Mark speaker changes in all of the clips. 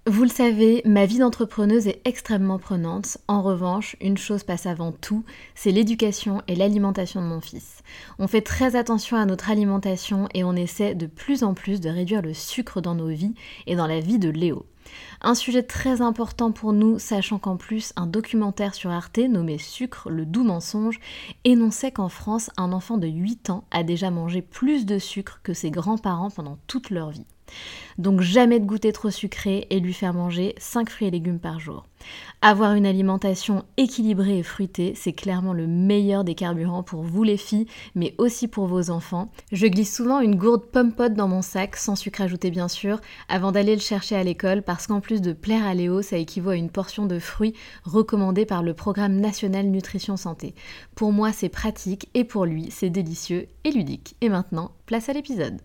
Speaker 1: Vous le savez, ma vie d'entrepreneuse est extrêmement prenante. En revanche, une chose passe avant tout, c'est l'éducation et l'alimentation de mon fils. On fait très attention à notre alimentation et on essaie de plus en plus de réduire le sucre dans nos vies et dans la vie de Léo. Un sujet très important pour nous, sachant qu'en plus, un documentaire sur Arte nommé Sucre, le doux mensonge, énonçait qu'en France, un enfant de 8 ans a déjà mangé plus de sucre que ses grands-parents pendant toute leur vie. Donc jamais de goûter trop sucré et lui faire manger 5 fruits et légumes par jour. Avoir une alimentation équilibrée et fruitée, c'est clairement le meilleur des carburants pour vous les filles, mais aussi pour vos enfants. Je glisse souvent une gourde pomme-pote dans mon sac, sans sucre ajouté bien sûr, avant d'aller le chercher à l'école, parce qu'en plus de plaire à Léo, ça équivaut à une portion de fruits recommandée par le Programme national nutrition santé. Pour moi, c'est pratique et pour lui, c'est délicieux et ludique. Et maintenant, place à l'épisode.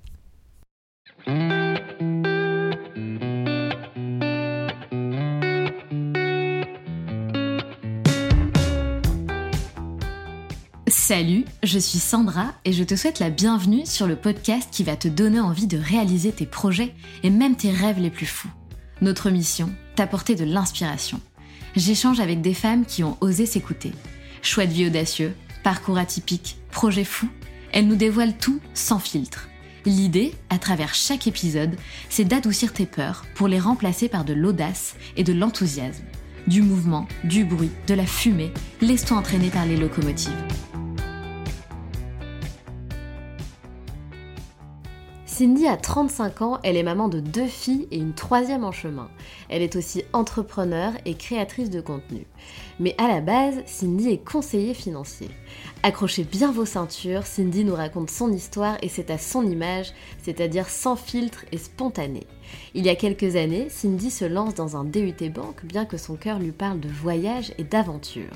Speaker 1: Salut, je suis Sandra et je te souhaite la bienvenue sur le podcast qui va te donner envie de réaliser tes projets et même tes rêves les plus fous. Notre mission, t'apporter de l'inspiration. J'échange avec des femmes qui ont osé s'écouter. Choix de vie audacieux, parcours atypique, projets fous, elles nous dévoilent tout sans filtre. L'idée, à travers chaque épisode, c'est d'adoucir tes peurs pour les remplacer par de l'audace et de l'enthousiasme. Du mouvement, du bruit, de la fumée, laisse-toi entraîner par les locomotives. Cindy a 35 ans, elle est maman de 2 filles et une 3e en chemin. Elle est aussi entrepreneure et créatrice de contenu. Mais à la base, Cindy est conseiller financier. Accrochez bien vos ceintures, Cindy nous raconte son histoire et c'est à son image, c'est-à-dire sans filtre et spontané. Il y a quelques années, Cindy se lance dans un DUT banque, bien que son cœur lui parle de voyage et d'aventure.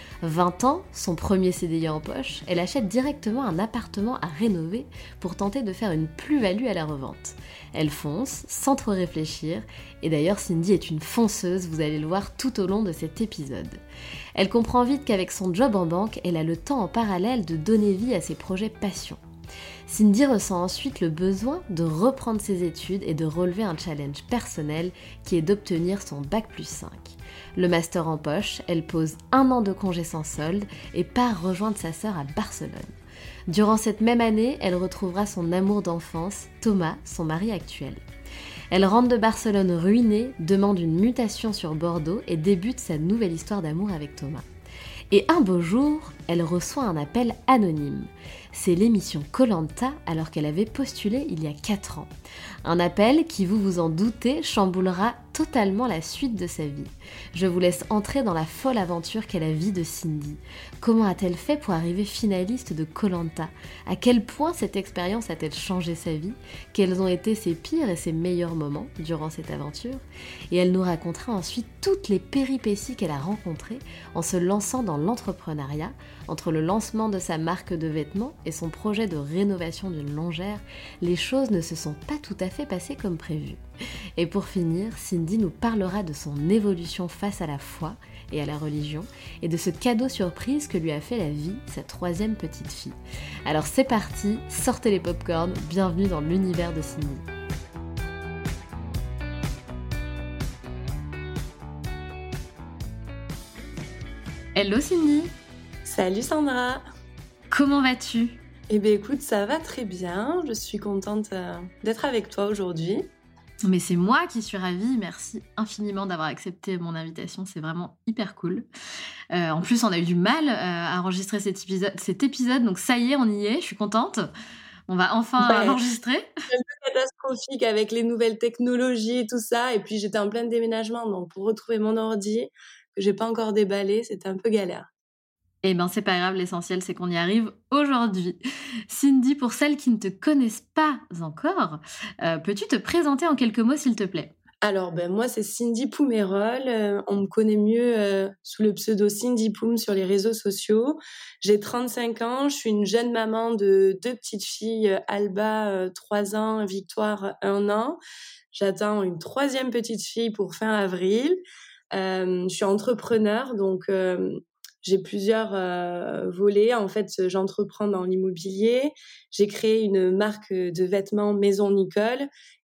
Speaker 1: 20 ans, son premier CDI en poche, elle achète directement un appartement à rénover pour tenter de faire une plus-value à la revente. Elle fonce, sans trop réfléchir, et d'ailleurs Cindy est une fonceuse, vous allez le voir tout au long de cet épisode. Elle comprend vite qu'avec son job en banque, elle a le temps en parallèle de donner vie à ses projets passion. Cindy ressent ensuite le besoin de reprendre ses études et de relever un challenge personnel qui est d'obtenir son bac+5. Le master en poche, elle pose 1 an de congé sans solde et part rejoindre sa sœur à Barcelone. Durant cette même année, elle retrouvera son amour d'enfance, Thomas, son mari actuel. Elle rentre de Barcelone ruinée, demande une mutation sur Bordeaux et débute sa nouvelle histoire d'amour avec Thomas. Et un beau jour, elle reçoit un appel anonyme. C'est l'émission Koh-Lanta alors qu'elle avait postulé il y a 4 ans. Un appel qui, vous vous en doutez, chamboulera totalement la suite de sa vie. Je vous laisse entrer dans la folle aventure qu'est la vie de Cindy. Comment a-t-elle fait pour arriver finaliste de Koh-Lanta ? À quel point cette expérience a-t-elle changé sa vie ? Quels ont été ses pires et ses meilleurs moments durant cette aventure ? Et elle nous racontera ensuite toutes les péripéties qu'elle a rencontrées en se lançant dans l'entrepreneuriat, entre le lancement de sa marque de vêtements et son projet de rénovation d'une longère, les choses ne se sont pas tout à fait passées comme prévu. Et pour finir, Cindy nous parlera de son évolution face à la foi et à la religion, et de ce cadeau surprise que lui a fait la vie, sa 3e petite fille. Alors c'est parti, sortez les popcorns, bienvenue dans l'univers de Cindy. Hello Cindy.
Speaker 2: Salut Sandra.
Speaker 1: Comment vas-tu ?
Speaker 2: Eh bien écoute, ça va très bien, je suis contente d'être avec toi aujourd'hui.
Speaker 1: Mais c'est moi qui suis ravie, merci infiniment d'avoir accepté mon invitation, c'est vraiment hyper cool. En plus, on a eu du mal à enregistrer cet épisode, donc ça y est, on y est, je suis contente. On va enfin l'enregistrer.
Speaker 2: C'est un peu catastrophique avec les nouvelles technologies et tout ça, et puis j'étais en plein déménagement, donc pour retrouver mon ordi, que j'ai pas encore déballé, c'était un peu galère.
Speaker 1: Eh ben c'est pas grave, l'essentiel c'est qu'on y arrive aujourd'hui. Cindy, pour celles qui ne te connaissent pas encore, peux-tu te présenter en quelques mots s'il te plaît ?
Speaker 2: Alors, moi, c'est Cindy Poumerol. On me connaît mieux sous le pseudo Cindy Poum sur les réseaux sociaux. J'ai 35 ans, je suis une jeune maman de 2 petites filles, Alba, 3 ans, Victoire, 1 an. J'attends une 3e petite fille pour fin avril. Je suis entrepreneur, donc j'ai plusieurs volets. En fait, j'entreprends dans l'immobilier. J'ai créé une marque de vêtements Maison Nicole.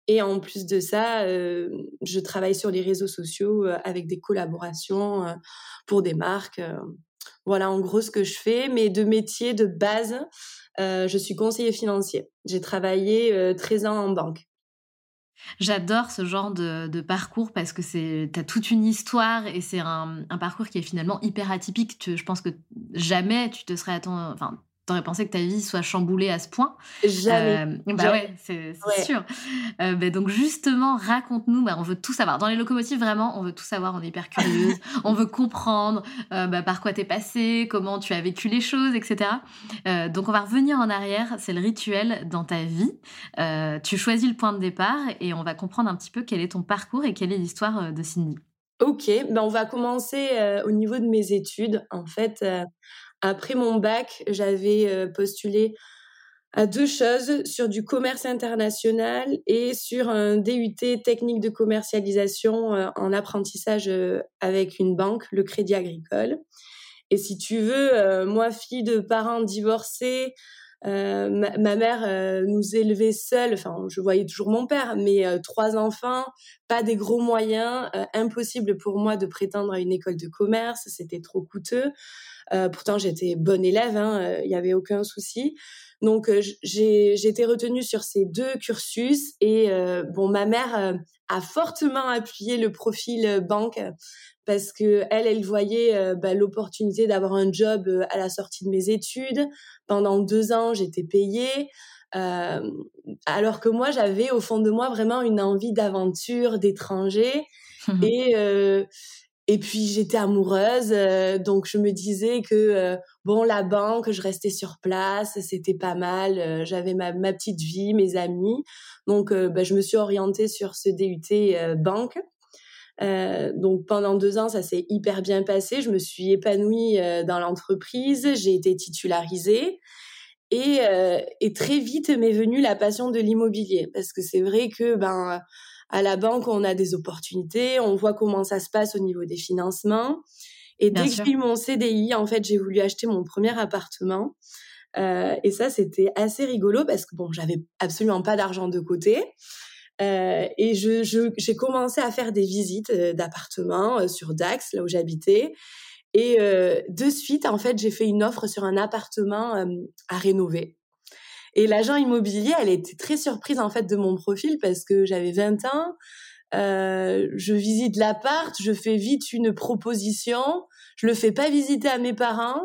Speaker 2: Et en plus de ça, je travaille sur les réseaux sociaux avec des collaborations pour des marques. Voilà en gros ce que je fais. Mais de métier de base, je suis conseiller financier. J'ai travaillé 13 ans en banque.
Speaker 1: J'adore ce genre de parcours parce que t'as toute une histoire et c'est un parcours qui est finalement hyper atypique. Je pense que jamais tu te serais enfin, t'aurais pensé que ta vie soit chamboulée à ce point.
Speaker 2: Jamais,
Speaker 1: Bah
Speaker 2: jamais.
Speaker 1: ouais, c'est
Speaker 2: Ouais.
Speaker 1: sûr. Donc justement, raconte-nous, on veut tout savoir. Dans les locomotives, vraiment, on veut tout savoir, on est hyper curieuse, on veut comprendre par quoi t'es passée, comment tu as vécu les choses, etc. Donc on va revenir en arrière, c'est le rituel dans ta vie. Tu choisis le point de départ et on va comprendre un petit peu quel est ton parcours et quelle est l'histoire de Cindy.
Speaker 2: OK, ben, on va commencer, au niveau de mes études. En fait, après mon bac, j'avais, postulé à 2 choses, sur du commerce international et sur un DUT technique de commercialisation, en apprentissage, avec une banque, le Crédit Agricole. Et si tu veux, moi, fille de parents divorcés, ma mère nous élevait seuls. Enfin, je voyais toujours mon père, mais 3 enfants, pas des gros moyens, impossible pour moi de prétendre à une école de commerce, c'était trop coûteux. Pourtant, j'étais bonne élève, hein, il y avait aucun souci. Donc, j'ai été retenue sur ces 2 cursus et bon, ma mère a fortement appuyé le profil banque parce que elle voyait l'opportunité d'avoir un job à la sortie de mes études. Pendant 2 ans, j'étais payée. Euh, Alors que moi, j'avais au fond de moi vraiment une envie d'aventure, d'étranger. Et, euh, et puis j'étais amoureuse, donc je me disais que bon, la banque, je restais sur place, c'était pas mal. J'avais ma petite vie, mes amis, donc je me suis orientée sur ce DUT banque. Donc pendant 2 ans, ça s'est hyper bien passé. Je me suis épanouie dans l'entreprise, j'ai été titularisée. Et très vite m'est venue la passion de l'immobilier parce que c'est vrai que à la banque on a des opportunités, on voit comment ça se passe au niveau des financements. Et
Speaker 1: Bien
Speaker 2: dès que
Speaker 1: sûr.
Speaker 2: j'ai eu mon CDI, en fait, j'ai voulu acheter mon premier appartement. Et ça, c'était assez rigolo parce que bon, j'avais absolument pas d'argent de côté. Et j'ai commencé à faire des visites d'appartements sur Dax, là où j'habitais. Et de suite, en fait, j'ai fait une offre sur un appartement à rénover. Et l'agent immobilier, elle était très surprise en fait de mon profil parce que j'avais 20 ans, je visite l'appart, je fais vite une proposition, je le fais pas visiter à mes parents.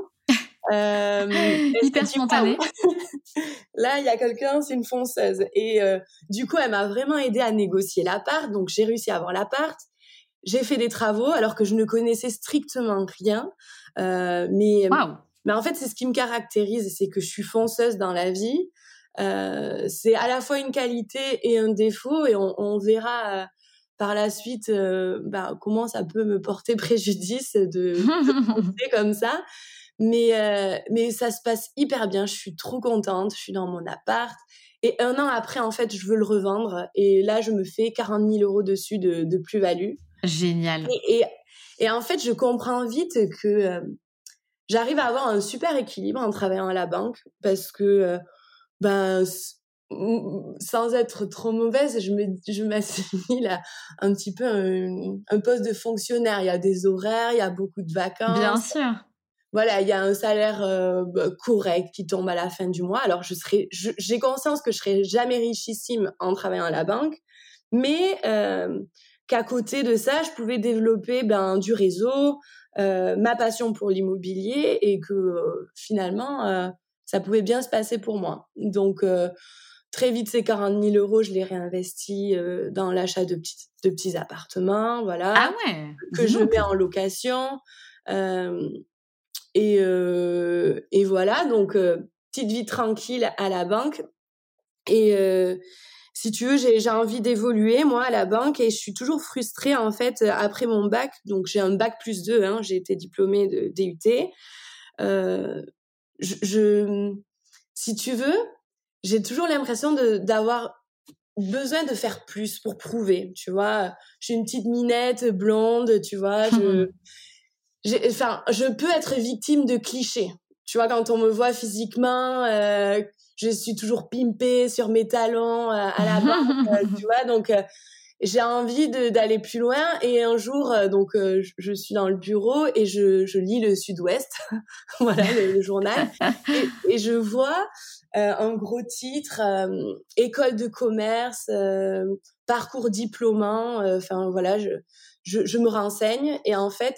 Speaker 2: Elle s'est
Speaker 1: Hyper
Speaker 2: dit waouh,
Speaker 1: spontané.
Speaker 2: là il y a quelqu'un, c'est une fonceuse. Et du coup, elle m'a vraiment aidée à négocier l'appart, donc j'ai réussi à avoir l'appart. J'ai fait des travaux alors que je ne connaissais strictement rien.
Speaker 1: Waouh!
Speaker 2: Mais en fait, c'est ce qui me caractérise, c'est que je suis fonceuse dans la vie. C'est à la fois une qualité et un défaut, et on verra par la suite comment ça peut me porter préjudice de foncer comme ça. Mais ça se passe hyper bien, je suis trop contente, je suis dans mon appart. Et 1 an après, en fait, je veux le revendre. Et là, je me fais 40 000 euros dessus de plus-value.
Speaker 1: Génial.
Speaker 2: Et en fait, je comprends vite que j'arrive à avoir un super équilibre en travaillant à la banque parce que, sans être trop mauvaise, je m'assimile à un petit peu un poste de fonctionnaire. Il y a des horaires, il y a beaucoup de
Speaker 1: Bien
Speaker 2: vacances.
Speaker 1: sûr.
Speaker 2: Voilà, il y a un salaire correct qui tombe à la fin du mois. Alors, j'ai conscience que je serai jamais richissime en travaillant à la banque, mais qu'à côté de ça, je pouvais développer du réseau, ma passion pour l'immobilier, et que finalement, ça pouvait bien se passer pour moi. Donc, très vite, ces 40 000 euros, je les réinvestis dans l'achat de petits appartements,
Speaker 1: Ah
Speaker 2: voilà,
Speaker 1: ouais,
Speaker 2: que
Speaker 1: dis
Speaker 2: je
Speaker 1: donc.
Speaker 2: mets en location. Euh, et voilà, donc petite vie tranquille à la banque. Et si tu veux, j'ai envie d'évoluer, moi, à la banque, et je suis toujours frustrée, en fait, après mon bac. Donc, j'ai un bac+2, hein, j'ai été diplômée de DUT. Euh, si tu veux, j'ai toujours l'impression d'avoir besoin de faire plus pour prouver, tu vois. Je suis une petite minette blonde, tu vois, je peux être victime de clichés. Tu vois, quand on me voit physiquement, je suis toujours pimpée sur mes talons à la banque, tu vois. Donc, j'ai envie d'aller plus loin. Et un jour, je suis dans le bureau et je lis le Sud-Ouest, voilà, le journal, et je vois un gros titre, école de commerce, parcours diplômant. Enfin, voilà, je me renseigne et en fait,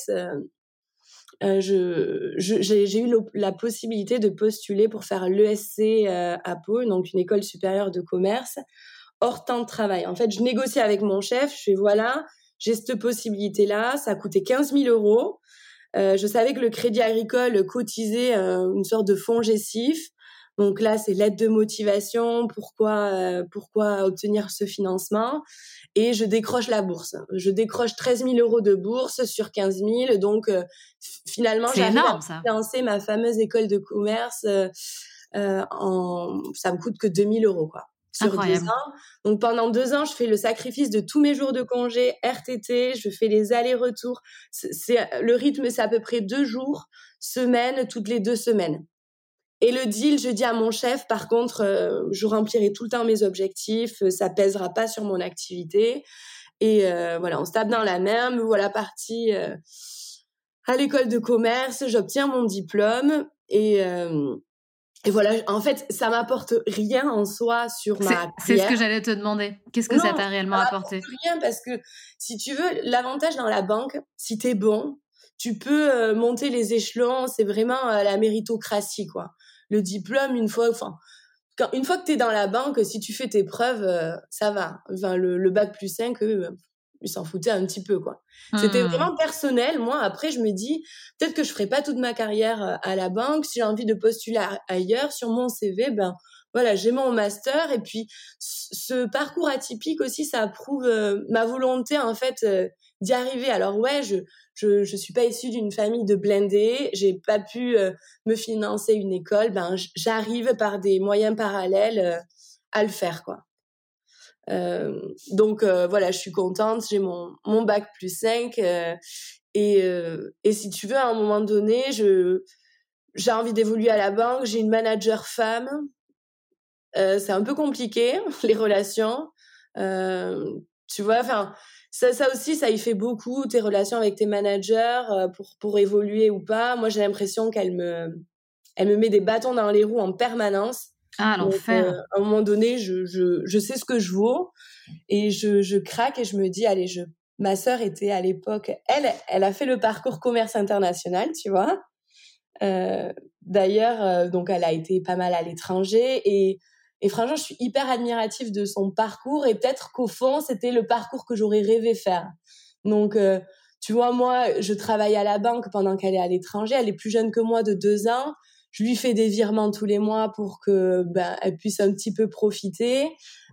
Speaker 2: j'ai eu la possibilité de postuler pour faire l'ESC à Pau, donc une école supérieure de commerce, hors temps de travail. En fait, je négocie avec mon chef, je fais voilà, j'ai cette possibilité-là, ça a coûté 15 000 euros. Je savais que le Crédit Agricole cotisait une sorte de fonds GESIF. Donc là, c'est l'aide de motivation, pourquoi obtenir ce financement. Et je décroche la bourse. Je décroche 13 000 euros de bourse sur 15 000. Donc finalement,
Speaker 3: c'est
Speaker 2: j'arrive
Speaker 3: énorme,
Speaker 2: à financer ma fameuse école de commerce. Ça me coûte que 2 000 euros, quoi. Sur
Speaker 3: Incroyable.
Speaker 2: 2 ans. Donc pendant 2 ans, je fais le sacrifice de tous mes jours de congé, RTT, je fais les allers-retours. Le rythme, c'est à peu près 2 jours, semaine, toutes les 2 semaines. Et le deal, je dis à mon chef, par contre, je remplirai tout le temps mes objectifs, ça pèsera pas sur mon activité. Et voilà, on se tape dans la main, me voilà partie à l'école de commerce, j'obtiens mon diplôme et voilà, en fait, ça m'apporte rien en soi sur ma carrière.
Speaker 3: C'est ce que j'allais te demander. Qu'est-ce que ça t'a réellement apporté ?
Speaker 2: Rien, parce que si tu veux, l'avantage dans la banque, si t'es bon, tu peux monter les échelons. C'est vraiment la méritocratie, quoi. Le diplôme, une fois que t'es dans la banque, si tu fais tes preuves, ça va. Enfin, le bac plus 5, ils s'en foutaient un petit peu, quoi. C'était vraiment personnel. Moi, après, je me dis, peut-être que je ferai pas toute ma carrière à la banque. Si j'ai envie de postuler ailleurs, sur mon CV, voilà, j'ai mon master. Et puis, ce parcours atypique aussi, ça prouve ma volonté, en fait, d'y arriver. Alors, ouais, je suis pas issue d'une famille de blindés. J'ai pas pu me financer une école. J'arrive par des moyens parallèles à le faire, quoi. Donc voilà, je suis contente, j'ai mon bac plus 5 et si tu veux, à un moment donné, j'ai envie d'évoluer à la banque, j'ai une manager femme, c'est un peu compliqué les relations, tu vois, enfin ça aussi, ça y fait beaucoup, tes relations avec tes managers, pour évoluer ou pas. Moi, j'ai l'impression qu'elle me met des bâtons dans les roues en permanence.
Speaker 3: Ah, l'enfer.
Speaker 2: Donc, à un moment donné, je sais ce que je vaux et je craque et je me dis, allez, ma sœur était à l'époque, elle a fait le parcours commerce international, tu vois. D'ailleurs, donc elle a été pas mal à l'étranger et franchement, je suis hyper admirative de son parcours et peut-être qu'au fond, c'était le parcours que j'aurais rêvé faire. Donc, tu vois, moi, je travaille à la banque pendant qu'elle est à l'étranger. Elle est plus jeune que moi de 2 ans. Je lui fais des virements tous les mois pour que elle puisse un petit peu profiter.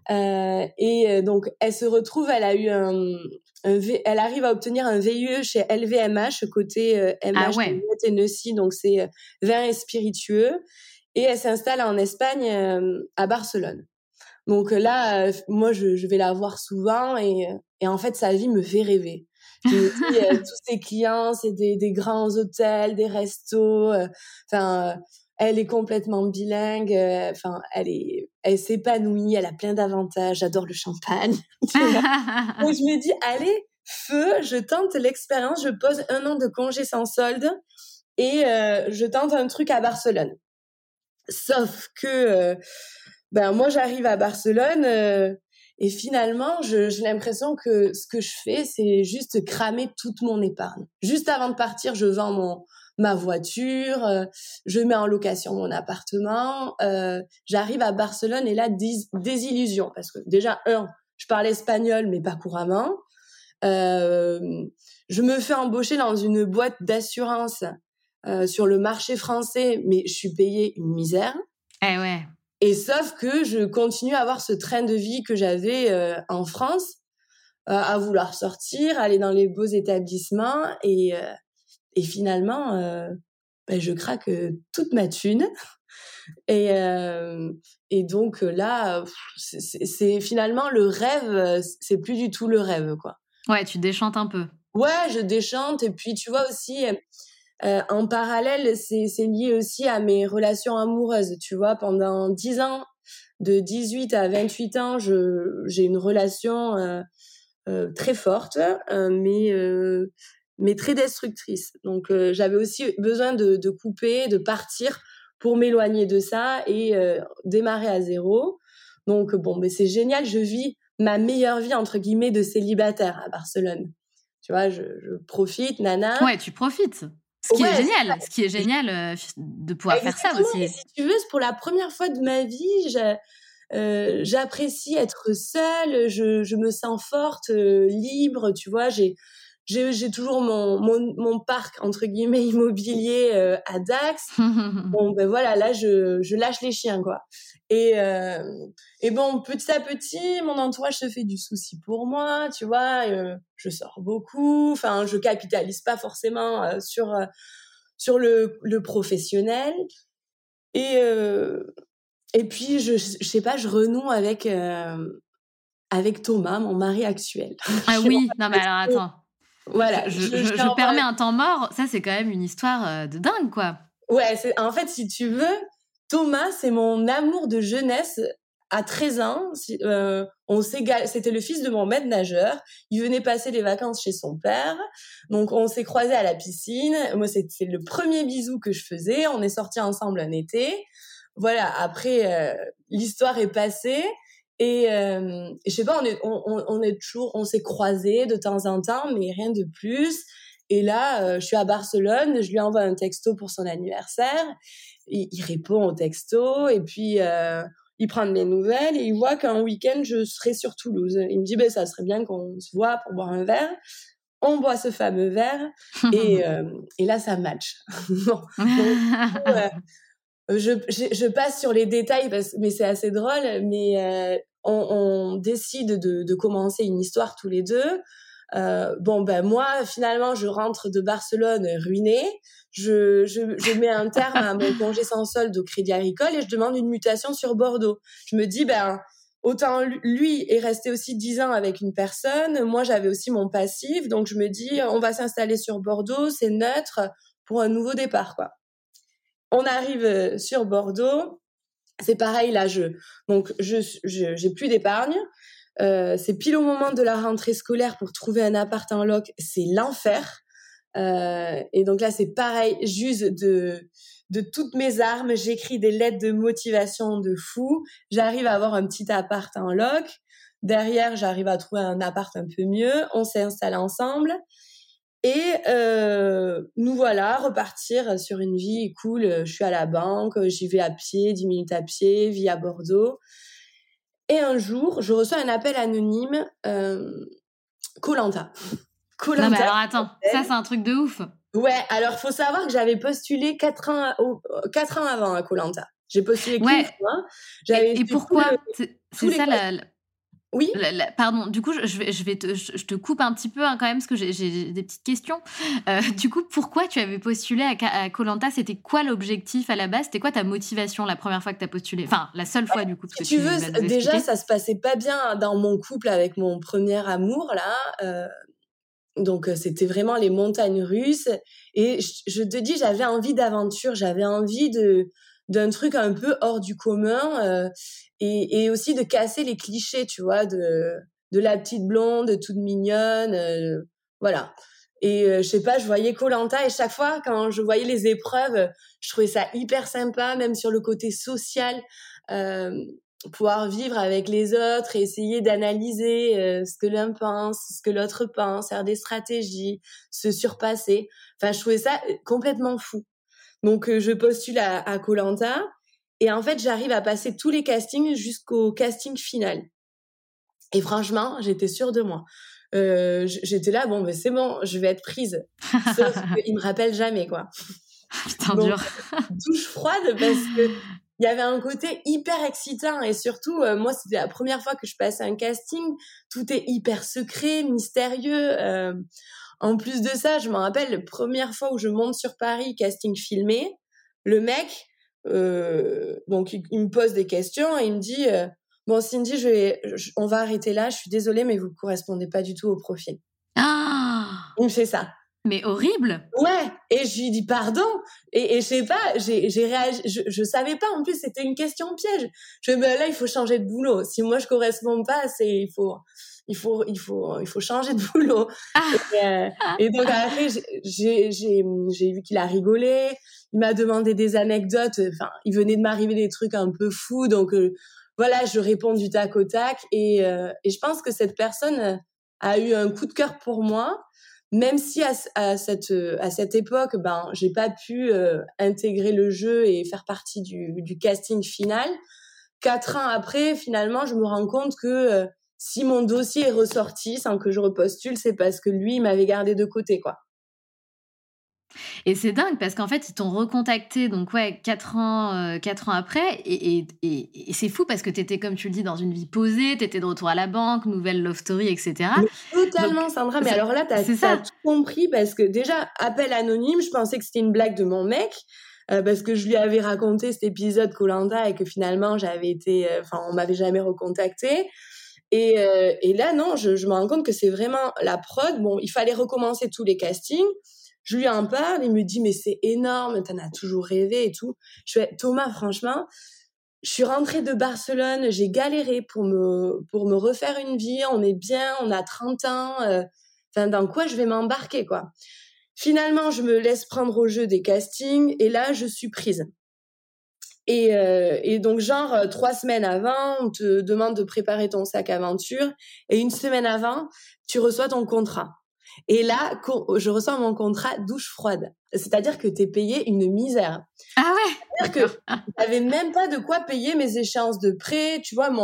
Speaker 2: Donc elle se retrouve, elle a eu elle arrive à obtenir un VIE chez LVMH côté MH
Speaker 3: Ah ouais.
Speaker 2: de Tennessee, donc c'est vin et spiritueux. Et elle s'installe en Espagne, à Barcelone. Donc là, moi je vais la voir souvent et en fait sa vie me fait rêver. Je me dis, tous ses clients, c'est des grands hôtels, des restos. Elle est complètement bilingue. Elle s'épanouit. Elle a plein d'avantages. J'adore le champagne. Donc je me dis, allez, feu, je tente l'expérience. Je pose 1 an de congé sans solde et je tente un truc à Barcelone. Sauf que, moi j'arrive à Barcelone. Et finalement, j'ai l'impression que ce que je fais, c'est juste cramer toute mon épargne. Juste avant de partir, je vends ma voiture, je mets en location mon appartement. J'arrive à Barcelone et là, désillusion. Parce que déjà, je parle espagnol, mais pas couramment. Je me fais embaucher dans une boîte d'assurance sur le marché français, mais je suis payée une misère.
Speaker 3: Eh ouais.
Speaker 2: Et sauf que je continue à avoir ce train de vie que j'avais en France, à vouloir sortir, aller dans les beaux établissements et finalement, je craque toute ma thune et donc là, c'est finalement le rêve, c'est plus du tout le rêve, quoi.
Speaker 3: Ouais, tu déchantes un peu.
Speaker 2: Ouais, je déchante et puis tu vois aussi, En parallèle, c'est lié aussi à mes relations amoureuses. Tu vois, pendant 10 ans, de 18 à 28 ans, j'ai une relation très forte, mais très destructrice. Donc, j'avais aussi besoin de couper, de partir pour m'éloigner de ça et démarrer à zéro. Donc, bon, mais c'est génial. Je vis ma meilleure vie, entre guillemets, de célibataire à Barcelone. Tu vois, je profite, nana.
Speaker 3: Ouais, tu profites. Ce qui est génial. Ce qui est génial de pouvoir faire ça aussi.
Speaker 2: Et si tu veux, c'est pour la première fois de ma vie, j'apprécie être seule, je me sens forte, libre, tu vois, j'ai toujours mon parc entre guillemets immobilier à Dax. Bon ben voilà, là je lâche les chiens quoi. Et bon, petit à petit, mon entourage se fait du souci pour moi, tu vois, je sors beaucoup, enfin je capitalise pas forcément sur le professionnel. Et puis, je sais pas, je renoue avec Thomas, mon mari actuel.
Speaker 3: Ah oui, non mais alors attends.
Speaker 2: Voilà.
Speaker 3: Je permets un temps mort, ça c'est quand même une histoire de dingue, quoi.
Speaker 2: Ouais, en fait, si tu veux, Thomas, c'est mon amour de jeunesse. À 13 ans, c'était le fils de mon maître nageur. Il venait passer les vacances chez son père. Donc, on s'est croisés à la piscine. Moi, c'est le premier bisou que je faisais. On est sortis ensemble un été. Voilà, après, l'histoire est passée. Et je sais pas, on s'est croisés de temps en temps, mais rien de plus. Et là, je suis à Barcelone, je lui envoie un texto pour son anniversaire. Il répond au texto, et puis il prend de mes nouvelles, et il voit qu'un week-end, je serai sur Toulouse. Il me dit, ça serait bien qu'on se voit pour boire un verre. On boit ce fameux verre, et là, ça match. Bon. Donc, je passe sur les détails, mais c'est assez drôle, mais on décide de commencer une histoire tous les deux. Moi, finalement, je rentre de Barcelone ruinée. Je mets un terme à mon congé sans solde au Crédit Agricole et je demande une mutation sur Bordeaux. Je me dis, autant lui est resté aussi 10 ans avec une personne. Moi, j'avais aussi mon passif. Donc, je me dis, on va s'installer sur Bordeaux, c'est neutre pour un nouveau départ, quoi. On arrive sur Bordeaux. C'est pareil, là, j'ai plus d'épargne. C'est pile au moment de la rentrée scolaire pour trouver un appart en loc, c'est l'enfer. Et donc là, c'est pareil, j'use de toutes mes armes, j'écris des lettres de motivation de fou. J'arrive à avoir un petit appart en loc. Derrière, j'arrive à trouver un appart un peu mieux. On s'est installés ensemble. Et nous voilà, repartir sur une vie cool. Je suis à la banque, j'y vais à pied, 10 minutes à pied, vie à Bordeaux. Et un jour, je reçois un appel anonyme, Koh-Lanta.
Speaker 3: Non mais alors attends, ça c'est un truc de ouf.
Speaker 2: Ouais, alors faut savoir que j'avais postulé 4 ans avant à Koh-Lanta. J'ai postulé 15 fois.
Speaker 3: Et pourquoi c'est ça
Speaker 2: Oui.
Speaker 3: Pardon, du coup, je te coupe un petit peu quand même parce que j'ai des petites questions. Du coup, pourquoi tu avais postulé à Koh-Lanta ? C'était quoi l'objectif à la base ? C'était quoi ta motivation la première fois que tu as postulé ? Enfin, la seule fois du coup.
Speaker 2: Si tu veux, déjà, ça se passait pas bien dans mon couple avec mon premier amour, là. Donc, c'était vraiment les montagnes russes. Et je te dis, j'avais envie d'aventure, j'avais envie d'un truc un peu hors du commun et aussi de casser les clichés, tu vois, de la petite blonde toute mignonne, voilà. Et je sais pas, je voyais Koh-Lanta et chaque fois quand je voyais les épreuves, je trouvais ça hyper sympa, même sur le côté social, pouvoir vivre avec les autres et essayer d'analyser ce que l'un pense, ce que l'autre pense, faire des stratégies, se surpasser. Enfin, je trouvais ça complètement fou. Donc, je postule à Koh-Lanta et en fait, j'arrive à passer tous les castings jusqu'au casting final. Et franchement, j'étais sûre de moi. J'étais là, c'est bon, je vais être prise. Sauf qu'il me rappelle jamais, quoi.
Speaker 3: Putain, dur.
Speaker 2: Douche froide parce que il y avait un côté hyper excitant et surtout, moi, c'était la première fois que je passais un casting. Tout est hyper secret, mystérieux. En plus de ça, je me rappelle la première fois où je monte sur Paris, casting filmé, le mec, donc il me pose des questions et il me dit bon Cindy, on va arrêter là, je suis désolée mais vous correspondez pas du tout au profil.
Speaker 3: Ah,
Speaker 2: il me fait ça.
Speaker 3: mais horrible.
Speaker 2: Ouais, Et je lui dis pardon. Et je sais pas, j'ai réagi, je savais pas. En plus, c'était une question piège. Je me dis, là, il faut changer de boulot. Si moi je corresponds pas, il faut changer de boulot. Et donc après, j'ai vu qu'il a rigolé. Il m'a demandé des anecdotes. Enfin, il venait de m'arriver des trucs un peu fous. Donc voilà, je réponds du tac au tac. Et je pense que cette personne a eu un coup de cœur pour moi. Même si à cette époque, j'ai pas pu intégrer le jeu et faire partie du casting final. 4 ans après, finalement, je me rends compte que si mon dossier est ressorti sans que je repostule, c'est parce que lui, il m'avait gardé de côté, quoi.
Speaker 3: Et c'est dingue parce qu'en fait, ils t'ont recontacté, donc 4 ans après. Et c'est fou parce que t'étais, comme tu le dis, dans une vie posée, t'étais de retour à la banque, nouvelle love story, etc.
Speaker 2: Mais totalement,
Speaker 3: Donc,
Speaker 2: Sandra. Mais alors là, t'as tout compris parce que déjà, appel anonyme, je pensais que c'était une blague de mon mec. Parce que je lui avais raconté cet épisode Koh-Lanta et que finalement, on m'avait jamais recontacté. Et là, non, je me rends compte que c'est vraiment la prod. Bon, il fallait recommencer tous les castings. Je lui en parle, il me dit, mais c'est énorme, t'en as toujours rêvé et tout. Je fais, Thomas, franchement, je suis rentrée de Barcelone, j'ai galéré pour me refaire une vie, on est bien, on a 30 ans, dans quoi je vais m'embarquer, quoi. Finalement, je me laisse prendre au jeu des castings et là, je suis prise. Et donc, 3 semaines avant, on te demande de préparer ton sac aventure et une semaine avant, tu reçois ton contrat. Et là, je reçois mon contrat douche froide. C'est-à-dire que t'es payé une misère.
Speaker 3: Ah ouais.
Speaker 2: C'est-à-dire que j'avais même pas de quoi payer mes échéances de prêt, tu vois,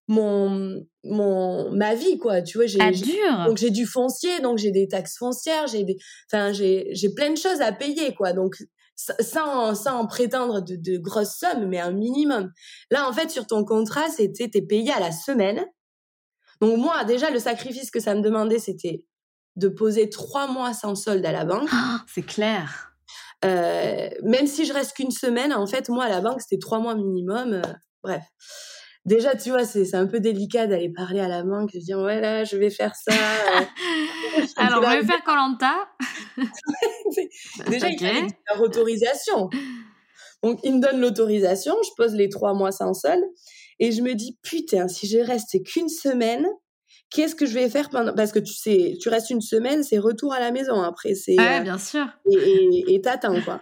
Speaker 2: ma vie, quoi. Tu vois, donc j'ai du foncier, donc j'ai des taxes foncières, j'ai plein de choses à payer, quoi. Donc, sans prétendre de grosses sommes, mais un minimum. Là, en fait, sur ton contrat, t'es payé à la semaine. Donc moi, déjà, le sacrifice que ça me demandait, c'était de poser 3 mois sans solde à la banque.
Speaker 3: C'est clair.
Speaker 2: Même si je reste qu'une semaine, en fait, moi, à la banque, c'était 3 mois minimum. Bref. Déjà, tu vois, c'est un peu délicat d'aller parler à la banque, de dire, ouais, là, je vais faire ça.
Speaker 3: Alors, je vais faire Koh-Lanta.
Speaker 2: Déjà, il fallait leur autorisation. Donc, ils me donnent l'autorisation, je pose les 3 mois sans solde, et je me dis, putain, si je reste qu'une semaine, qu'est-ce que je vais faire pendant... Parce que tu sais, tu restes une semaine, c'est retour à la maison après.
Speaker 3: Ouais, bien sûr.
Speaker 2: Et t'attends, quoi.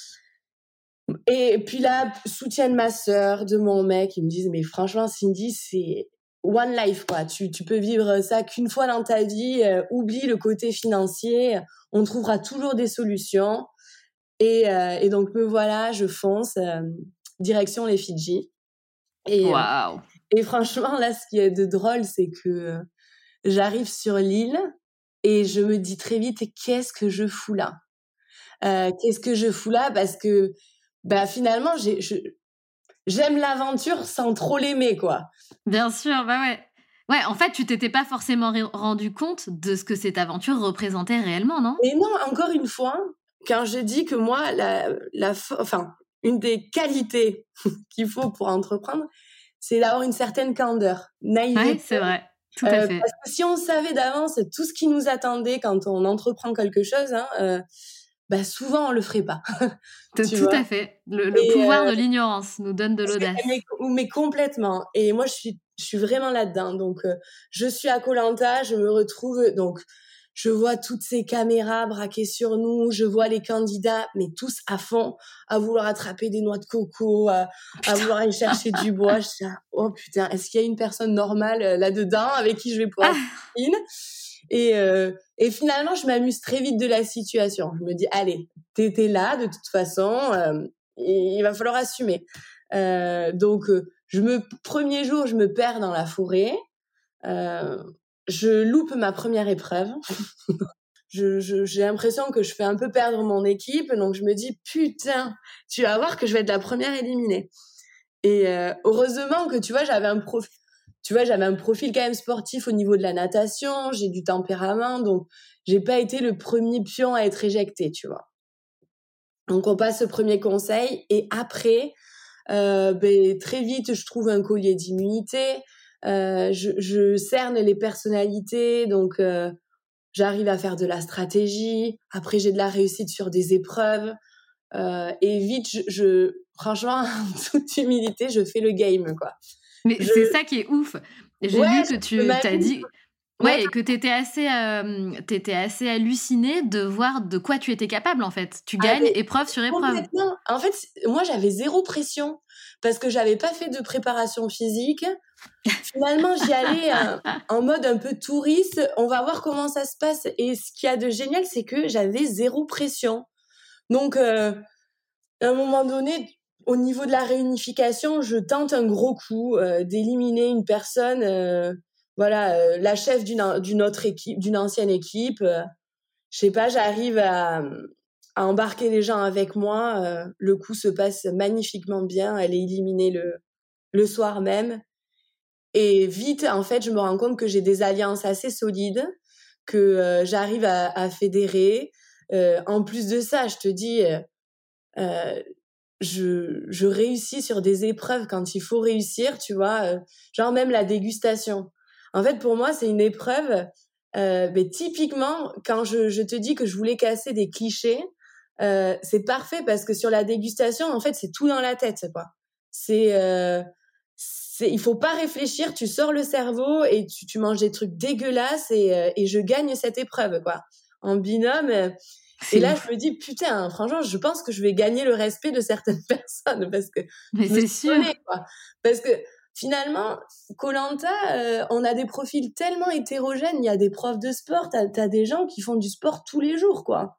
Speaker 2: Et puis là, soutien de ma sœur, de mon mec, ils me disent, mais franchement, Cindy, c'est one life, quoi. Tu peux vivre ça qu'une fois dans ta vie. Oublie le côté financier. On trouvera toujours des solutions. Et donc, me voilà, je fonce, direction les Fidji.
Speaker 3: Waouh.
Speaker 2: Et franchement, là, ce qui est de drôle, c'est que j'arrive sur l'île et je me dis très vite, qu'est-ce que je fous là? Qu'est-ce que je fous là? Parce que finalement, j'aime l'aventure sans trop l'aimer, quoi.
Speaker 3: Bien sûr, ouais. Ouais, en fait, tu t'étais pas forcément rendu compte de ce que cette aventure représentait réellement, non?
Speaker 2: Et non, encore une fois, quand je dis que moi, une des qualités qu'il faut pour entreprendre, c'est d'avoir une certaine candeur, naïveté.
Speaker 3: Ouais, c'est vrai. Tout à fait.
Speaker 2: Parce que si on savait d'avance tout ce qui nous attendait quand on entreprend quelque chose, souvent on le ferait pas.
Speaker 3: Tout à fait. Le pouvoir de l'ignorance nous donne de l'audace.
Speaker 2: Mais complètement. Et moi, je suis vraiment là-dedans. Donc, je suis à Koh-Lanta, je me retrouve. Donc, je vois toutes ces caméras braquées sur nous, je vois les candidats, mais tous à fond, à vouloir attraper des noix de coco, à vouloir aller chercher du bois. Je dis, oh putain, est-ce qu'il y a une personne normale là-dedans avec qui je vais pouvoir être fine? Et finalement, je m'amuse très vite de la situation. Je me dis, allez, t'étais là de toute façon, il va falloir assumer. Donc, premier jour, je me perds dans la forêt. Je loupe ma première épreuve. J'ai l'impression que je fais un peu perdre mon équipe, donc je me dis, putain, tu vas voir que je vais être la première éliminée. Et heureusement que, tu vois, j'avais un profil quand même sportif au niveau de la natation, j'ai du tempérament, donc j'ai pas été le premier pion à être éjecté, tu vois. Donc on passe ce premier conseil, et après, très vite, je trouve un collier d'immunité, je cerne les personnalités, donc j'arrive à faire de la stratégie. Après, j'ai de la réussite sur des épreuves. Et vite, franchement, en toute humilité, je fais le game, quoi.
Speaker 3: Mais c'est ça qui est ouf. J'ai lu que tu t'as dit... Ouais, et que t'étais assez hallucinée de voir de quoi tu étais capable, en fait. Tu gagnes épreuve sur épreuve.
Speaker 2: Complètement. En fait, moi, j'avais zéro pression parce que j'avais pas fait de préparation physique. Finalement, j'y allais en mode un peu touriste. On va voir comment ça se passe. Et ce qu'il y a de génial, c'est que j'avais zéro pression. Donc, à un moment donné, au niveau de la réunification, je tente un gros coup d'éliminer une personne... la chef d'une autre équipe, d'une ancienne équipe. Je sais pas, j'arrive à embarquer les gens avec moi. Le coup se passe magnifiquement bien. Elle est éliminée le soir même. Et vite, en fait, je me rends compte que j'ai des alliances assez solides, que j'arrive à fédérer. En plus de ça, je te dis, je réussis sur des épreuves quand il faut réussir, tu vois. Genre même la dégustation. En fait, pour moi, c'est une épreuve. Mais typiquement, quand je te dis que je voulais casser des clichés, c'est parfait parce que sur la dégustation, en fait, c'est tout dans la tête, quoi. Il faut pas réfléchir, tu sors le cerveau et tu manges des trucs dégueulasses et je gagne cette épreuve, quoi. En binôme. Et là, je me dis, putain, franchement, je pense que je vais gagner le respect de certaines personnes parce que
Speaker 3: mais c'est sûr.
Speaker 2: Quoi. Parce que finalement, Koh-Lanta, on a des profils tellement hétérogènes. Il y a des profs de sport, t'as des gens qui font du sport tous les jours, quoi.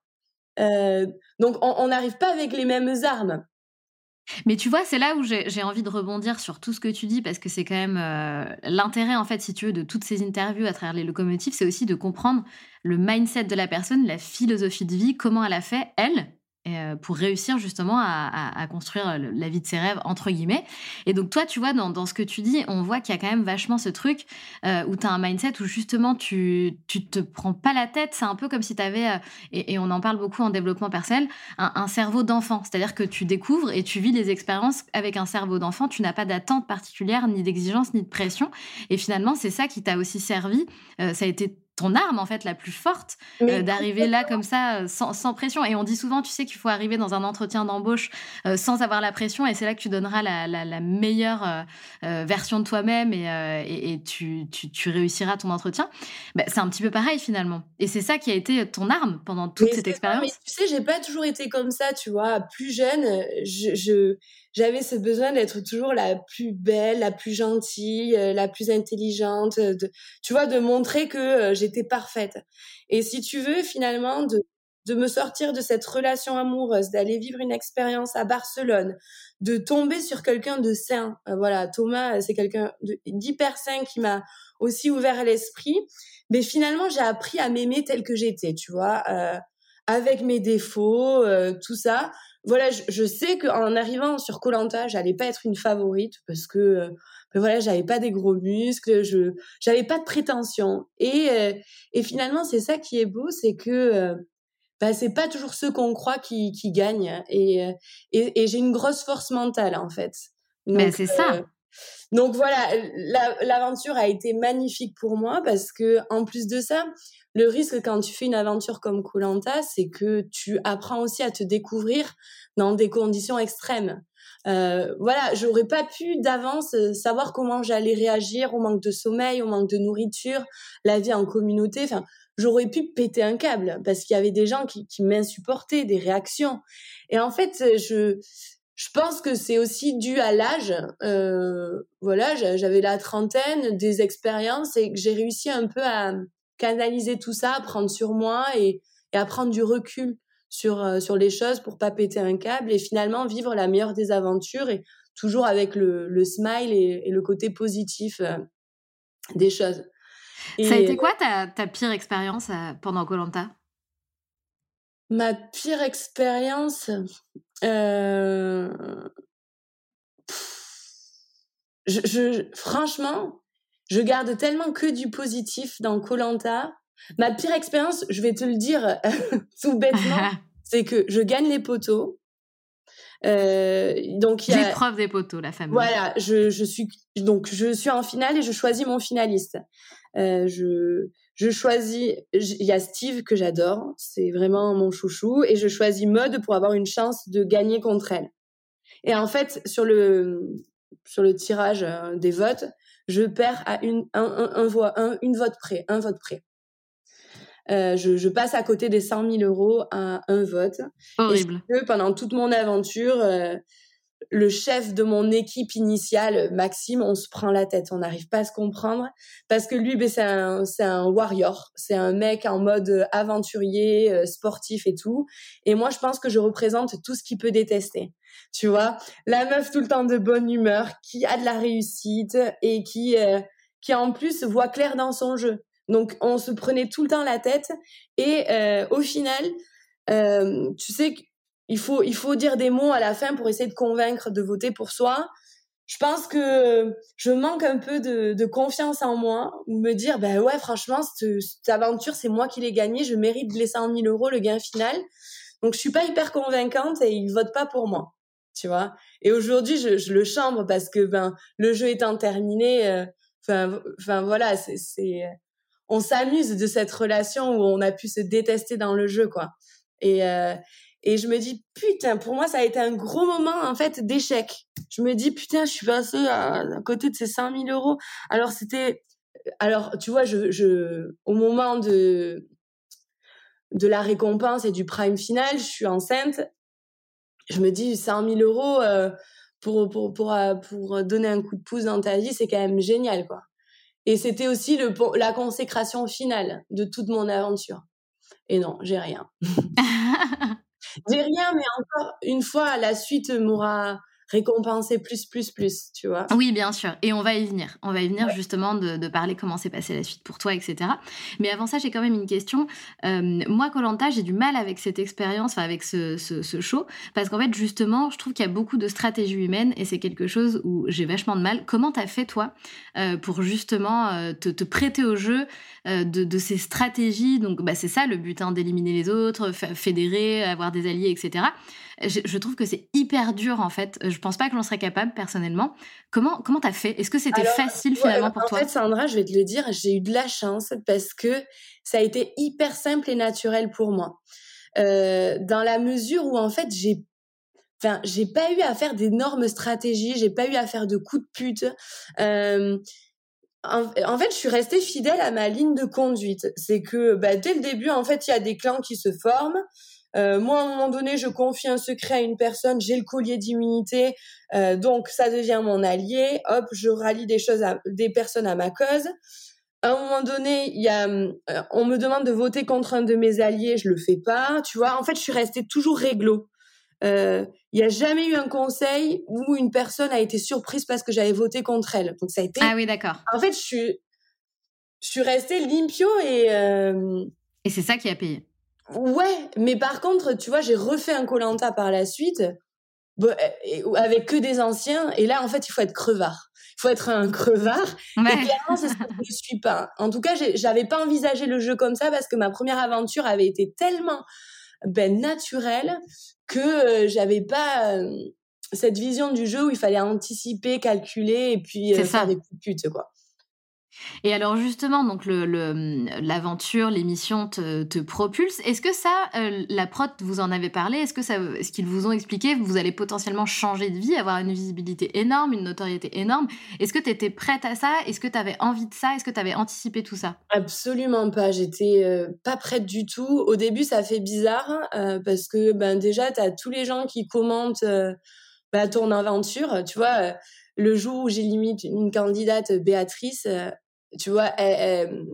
Speaker 2: Donc, on n'arrive pas avec les mêmes armes.
Speaker 3: Mais tu vois, c'est là où j'ai envie de rebondir sur tout ce que tu dis, parce que c'est quand même l'intérêt, en fait, si tu veux, de toutes ces interviews à travers les locomotives, c'est aussi de comprendre le mindset de la personne, la philosophie de vie, comment elle a fait, elle, pour réussir justement à construire la vie de ses rêves, entre guillemets. Et donc toi, tu vois, dans ce que tu dis, on voit qu'il y a quand même vachement ce truc où tu as un mindset où justement tu te prends pas la tête. C'est un peu comme si tu avais, et on en parle beaucoup en développement personnel, un cerveau d'enfant. C'est-à-dire que tu découvres et tu vis les expériences avec un cerveau d'enfant. Tu n'as pas d'attente particulière, ni d'exigence, ni de pression. Et finalement, c'est ça qui t'a aussi servi. Ça a été ton arme, en fait, la plus forte, d'arriver là comme ça, sans pression. Et on dit souvent, tu sais, qu'il faut arriver dans un entretien d'embauche sans avoir la pression, et c'est là que tu donneras la meilleure version de toi-même et tu réussiras ton entretien. Bah, c'est un petit peu pareil, finalement. Et c'est ça qui a été ton arme pendant toute cette expérience.
Speaker 2: Mais tu sais, j'ai pas toujours été comme ça, tu vois. Plus jeune, j'avais ce besoin d'être toujours la plus belle, la plus gentille, la plus intelligente, tu vois, de montrer que j'étais parfaite. Et si tu veux, finalement, de me sortir de cette relation amoureuse, d'aller vivre une expérience à Barcelone, de tomber sur quelqu'un de sain. Voilà, Thomas, c'est quelqu'un d'hyper sain qui m'a aussi ouvert l'esprit. Mais finalement, j'ai appris à m'aimer telle que j'étais, tu vois, avec mes défauts, tout ça. Voilà, je sais qu'en arrivant sur Koh-Lanta, j'allais pas être une favorite parce que voilà, j'avais pas des gros muscles, j'avais pas de prétention. Et finalement, c'est ça qui est beau, c'est que c'est pas toujours ceux qu'on croit qui gagnent. Et j'ai une grosse force mentale, en fait.
Speaker 3: Donc, c'est ça.
Speaker 2: Donc voilà, l'aventure a été magnifique pour moi parce que en plus de ça, le risque quand tu fais une aventure comme Koh-Lanta, c'est que tu apprends aussi à te découvrir dans des conditions extrêmes. Voilà, j'aurais pas pu d'avance savoir comment j'allais réagir au manque de sommeil, au manque de nourriture, la vie en communauté. Enfin, j'aurais pu péter un câble parce qu'il y avait des gens qui m'insupportaient, des réactions. Et en fait, je pense que c'est aussi dû à l'âge. Voilà, j'avais la trentaine, des expériences et que j'ai réussi un peu à canaliser tout ça, à prendre sur moi et à prendre du recul sur les choses pour pas péter un câble et finalement vivre la meilleure des aventures et toujours avec le smile et le côté positif des choses.
Speaker 3: Ça a été quoi ta pire expérience pendant Koh-Lanta ?
Speaker 2: Ma pire expérience, franchement, je garde tellement que du positif dans Koh-Lanta. Ma pire expérience, je vais te le dire tout bêtement, c'est que je gagne les poteaux. Donc
Speaker 3: l'épreuve des poteaux, la fameuse.
Speaker 2: Voilà, je suis en finale et je choisis mon finaliste. il y a Steve que j'adore, c'est vraiment mon chouchou, et je choisis Maude pour avoir une chance de gagner contre elle. Et en fait, sur le tirage des votes, je perds à un vote près. Je passe à côté des 100 000 euros à un vote.
Speaker 3: Horrible.
Speaker 2: Et pendant toute mon aventure, le chef de mon équipe initiale, Maxime, on se prend la tête, on n'arrive pas à se comprendre parce que lui, c'est un warrior, c'est un mec en mode aventurier, sportif et tout. Et moi, je pense que je représente tout ce qu'il peut détester. Tu vois, la meuf tout le temps de bonne humeur, qui a de la réussite et qui en plus voit clair dans son jeu. Donc, on se prenait tout le temps la tête et au final, tu sais il faut dire des mots à la fin pour essayer de convaincre de voter pour soi. Je pense que je manque un peu de confiance en moi, me dire ben ouais, franchement, cette aventure, c'est moi qui l'ai gagnée, je mérite les 100 000 euros, le gain final. Donc je suis pas hyper convaincante et ils votent pas pour moi, tu vois. Et aujourd'hui, je le chambre parce que le jeu étant terminé, voilà, on s'amuse de cette relation où on a pu se détester dans le jeu, quoi. Et je me dis, putain, pour moi, ça a été un gros moment, en fait, d'échec. Je me dis, putain, je suis passée à côté de ces 100 000 euros. Alors, tu vois, au moment de la récompense et du prime final, je suis enceinte. Je me dis, 100 000 euros pour donner un coup de pouce dans ta vie, c'est quand même génial, quoi. Et c'était aussi la consécration finale de toute mon aventure. Et non, j'ai rien. J'ai rien, mais encore une fois, la suite m'aura récompensé plus, tu vois.
Speaker 3: Oui, bien sûr. Et on va y venir. On va y venir justement de parler comment s'est passée la suite pour toi, etc. Mais avant ça, j'ai quand même une question. Moi, Koh-Lanta, j'ai du mal avec cette expérience, avec ce show, parce qu'en fait, justement, je trouve qu'il y a beaucoup de stratégie humaine et c'est quelque chose où j'ai vachement de mal. Comment t'as fait, toi, pour justement te prêter au jeu de ces stratégies? Donc, c'est ça le but, d'éliminer les autres, fédérer, avoir des alliés, etc. Je trouve que c'est hyper dur, en fait. Je pense pas que l'on serait capable, personnellement. Comment t'as fait? Est-ce que c'était facile, finalement, pour toi?
Speaker 2: En fait, Sandra, je vais te le dire, j'ai eu de la chance parce que ça a été hyper simple et naturel pour moi. Dans la mesure où, en fait, j'ai pas eu à faire d'énormes stratégies, j'ai pas eu à faire de coups de pute. En fait, je suis restée fidèle à ma ligne de conduite. C'est que dès le début, en fait, il y a des clans qui se forment. Moi, à un moment donné, je confie un secret à une personne, j'ai le collier d'immunité, donc ça devient mon allié. Hop, je rallie des personnes à ma cause. À un moment donné, on me demande de voter contre un de mes alliés, je le fais pas. Tu vois, en fait, je suis restée toujours réglo. Il y a jamais eu un conseil où une personne a été surprise parce que j'avais voté contre elle. Donc ça a été.
Speaker 3: Ah oui, d'accord.
Speaker 2: En fait, je suis restée limpio
Speaker 3: et c'est ça qui a payé.
Speaker 2: Ouais, mais par contre, tu vois, j'ai refait un Koh-Lanta par la suite, avec que des anciens, et là, en fait, il faut être crevard. Il faut être un crevard,
Speaker 3: ouais.
Speaker 2: Et clairement, c'est ce que je ne suis pas. En tout cas, j'avais pas envisagé le jeu comme ça, parce que ma première aventure avait été tellement naturelle que j'avais pas cette vision du jeu où il fallait anticiper, calculer, et puis faire des coups de pute, quoi.
Speaker 3: Et alors justement, donc l'aventure, l'émission te propulse. Est-ce que ça, la prod, vous en avez parlé? Est-ce qu'ils vous ont expliqué que vous allez potentiellement changer de vie, avoir une visibilité énorme, une notoriété énorme? Est-ce que tu étais prête à ça? Est-ce que tu avais envie de ça? Est-ce que tu avais anticipé tout ça?
Speaker 2: Absolument pas. J'étais pas prête du tout. Au début, ça fait bizarre parce que déjà, tu as tous les gens qui commentent ton aventure. Tu vois, le jour où j'ai limite une candidate, Béatrice, tu vois, elle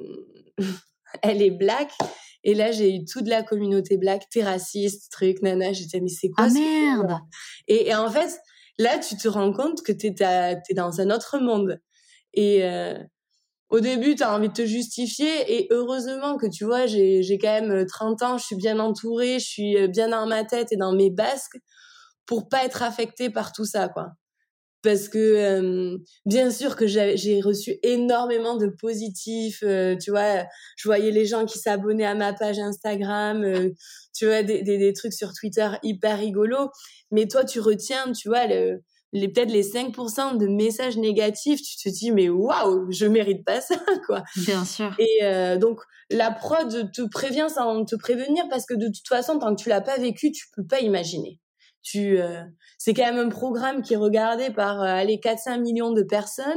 Speaker 2: est black. Et là, j'ai eu toute la communauté black, t'es raciste, truc, nana. J'étais, mais c'est quoi
Speaker 3: ça? Ah merde!
Speaker 2: Et en fait, là, tu te rends compte que t'es dans un autre monde. Et au début, t'as envie de te justifier. Et heureusement que, tu vois, j'ai quand même 30 ans, je suis bien entourée, je suis bien dans ma tête et dans mes basques pour pas être affectée par tout ça, quoi. Parce que bien sûr que j'ai reçu énormément de positifs, tu vois, je voyais les gens qui s'abonnaient à ma page Instagram, tu vois, des trucs sur Twitter hyper rigolos, mais toi tu retiens, tu vois, peut-être les 5% de messages négatifs, tu te dis, mais waouh, je mérite pas ça, quoi.
Speaker 3: Bien sûr.
Speaker 2: Et donc, la prod te prévient sans te prévenir parce que de toute façon, tant que tu l'as pas vécu, tu peux pas imaginer. C'est quand même un programme qui est regardé par, 4-5 millions de personnes.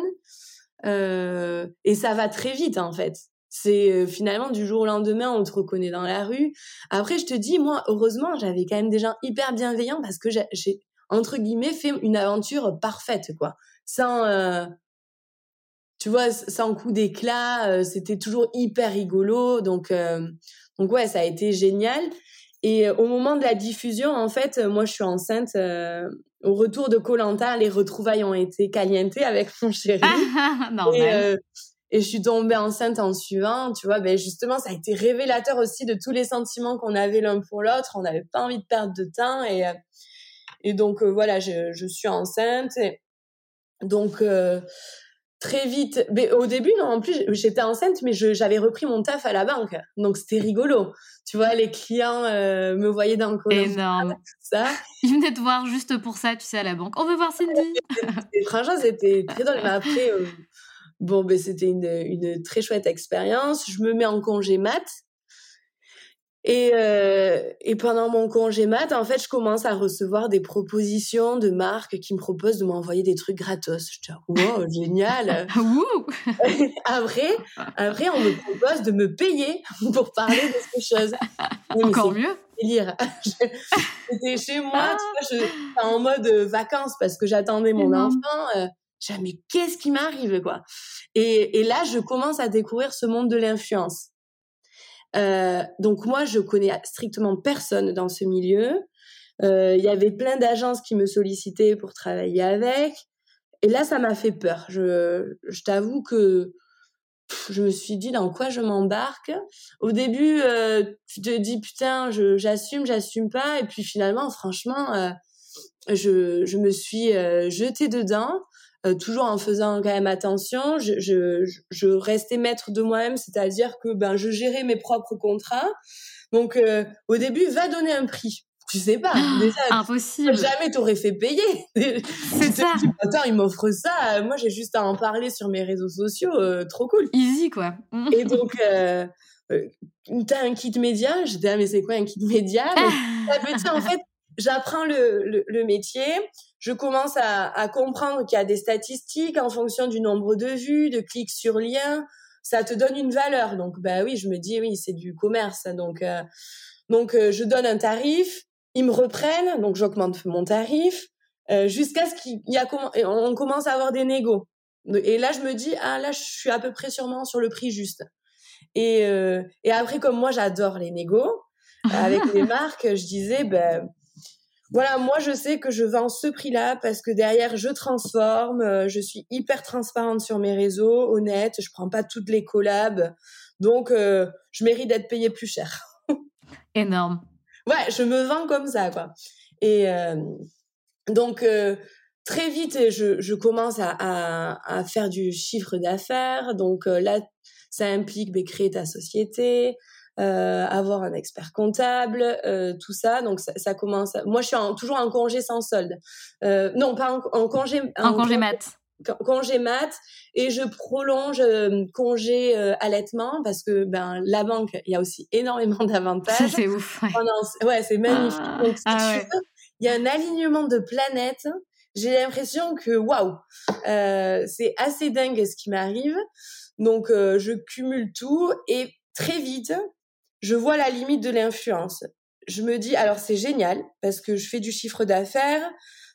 Speaker 2: Et ça va très vite, en fait. C'est finalement du jour au lendemain, on te reconnaît dans la rue. Après, je te dis, moi, heureusement, j'avais quand même des gens hyper bienveillants parce que j'ai entre guillemets fait une aventure parfaite, quoi. Sans, tu vois, sans coup d'éclat, c'était toujours hyper rigolo. Donc ouais, ça a été génial. Et au moment de la diffusion, en fait, moi, je suis enceinte. Au retour de Koh-Lanta, les retrouvailles ont été calientes avec mon chéri.
Speaker 3: Normal.
Speaker 2: Et je suis tombée enceinte en suivant, tu vois. Ben justement, ça a été révélateur aussi de tous les sentiments qu'on avait l'un pour l'autre. On n'avait pas envie de perdre de temps. Et donc, voilà, je suis enceinte. Et donc, très vite. Mais au début, non, en plus, j'étais enceinte, mais j'avais repris mon taf à la banque. Donc, c'était rigolo. Tu vois, les clients me voyaient dans le Koh-Lanta.
Speaker 3: Énorme.
Speaker 2: Tout ça.
Speaker 3: Ils venaient te voir juste pour ça, tu sais, à la banque. On veut voir Cindy.
Speaker 2: Franchement, c'était très drôle. Mais après, c'était une très chouette expérience. Je me mets en congé mat. Et pendant mon congé mat, en fait, je commence à recevoir des propositions de marques qui me proposent de m'envoyer des trucs gratos. Je dis, wow, génial. Après, on me propose de me payer pour parler de ces choses.
Speaker 3: Encore mieux.
Speaker 2: Délire. J'étais chez moi, tu vois, en mode vacances parce que j'attendais mon enfant. Je dis, mais qu'est-ce qui m'arrive, quoi? Et là, je commence à découvrir ce monde de l'influence. Donc moi, je connais strictement personne dans ce milieu. Il y avait plein d'agences qui me sollicitaient pour travailler avec. Et là, ça m'a fait peur. Je t'avoue que je me suis dit dans quoi je m'embarque. Au début, tu te dis putain, j'assume pas. Et puis finalement, franchement, je me suis jetée dedans. Toujours en faisant quand même attention, je restais maître de moi-même, c'est-à-dire que je gérais mes propres contrats. Donc au début, va donner un prix. Tu sais pas, déjà
Speaker 3: impossible.
Speaker 2: Jamais t'aurais fait payer.
Speaker 3: C'est ça.
Speaker 2: Dis, attends, il m'offre ça, moi j'ai juste à en parler sur mes réseaux sociaux, trop cool.
Speaker 3: Easy quoi.
Speaker 2: Et donc t'as un kit média, j'étais mais c'est quoi un kit média? Donc, en fait, j'apprends le métier, je commence à comprendre qu'il y a des statistiques en fonction du nombre de vues, de clics sur lien, ça te donne une valeur. Donc oui, je me dis oui, c'est du commerce. Donc je donne un tarif, ils me reprennent, donc j'augmente mon tarif jusqu'à ce on commence à avoir des négos. Et là je me dis là je suis à peu près sûrement sur le prix juste. Et après, comme moi j'adore les négos avec les marques, je disais voilà, moi je sais que je vends ce prix-là parce que derrière je transforme, je suis hyper transparente sur mes réseaux, honnête, je prends pas toutes les collabs, donc je mérite d'être payée plus cher.
Speaker 3: Énorme.
Speaker 2: Ouais, je me vends comme ça, quoi. Et donc très vite, je commence à faire du chiffre d'affaires. Donc là, ça implique créer ta société, avoir un expert comptable, tout ça. Donc ça commence. Moi, je suis toujours en congé sans solde. Non, pas en congé.
Speaker 3: En congé mat.
Speaker 2: Congé mat, et je prolonge congé allaitement parce que la banque, il y a aussi énormément d'avantages.
Speaker 3: C'est ouf.
Speaker 2: Ouais, c'est magnifique. Donc si tu veux, il y a un alignement de planètes. J'ai l'impression que waouh, c'est assez dingue ce qui m'arrive. Donc je cumule tout et très vite, je vois la limite de l'influence. Je me dis alors c'est génial parce que je fais du chiffre d'affaires.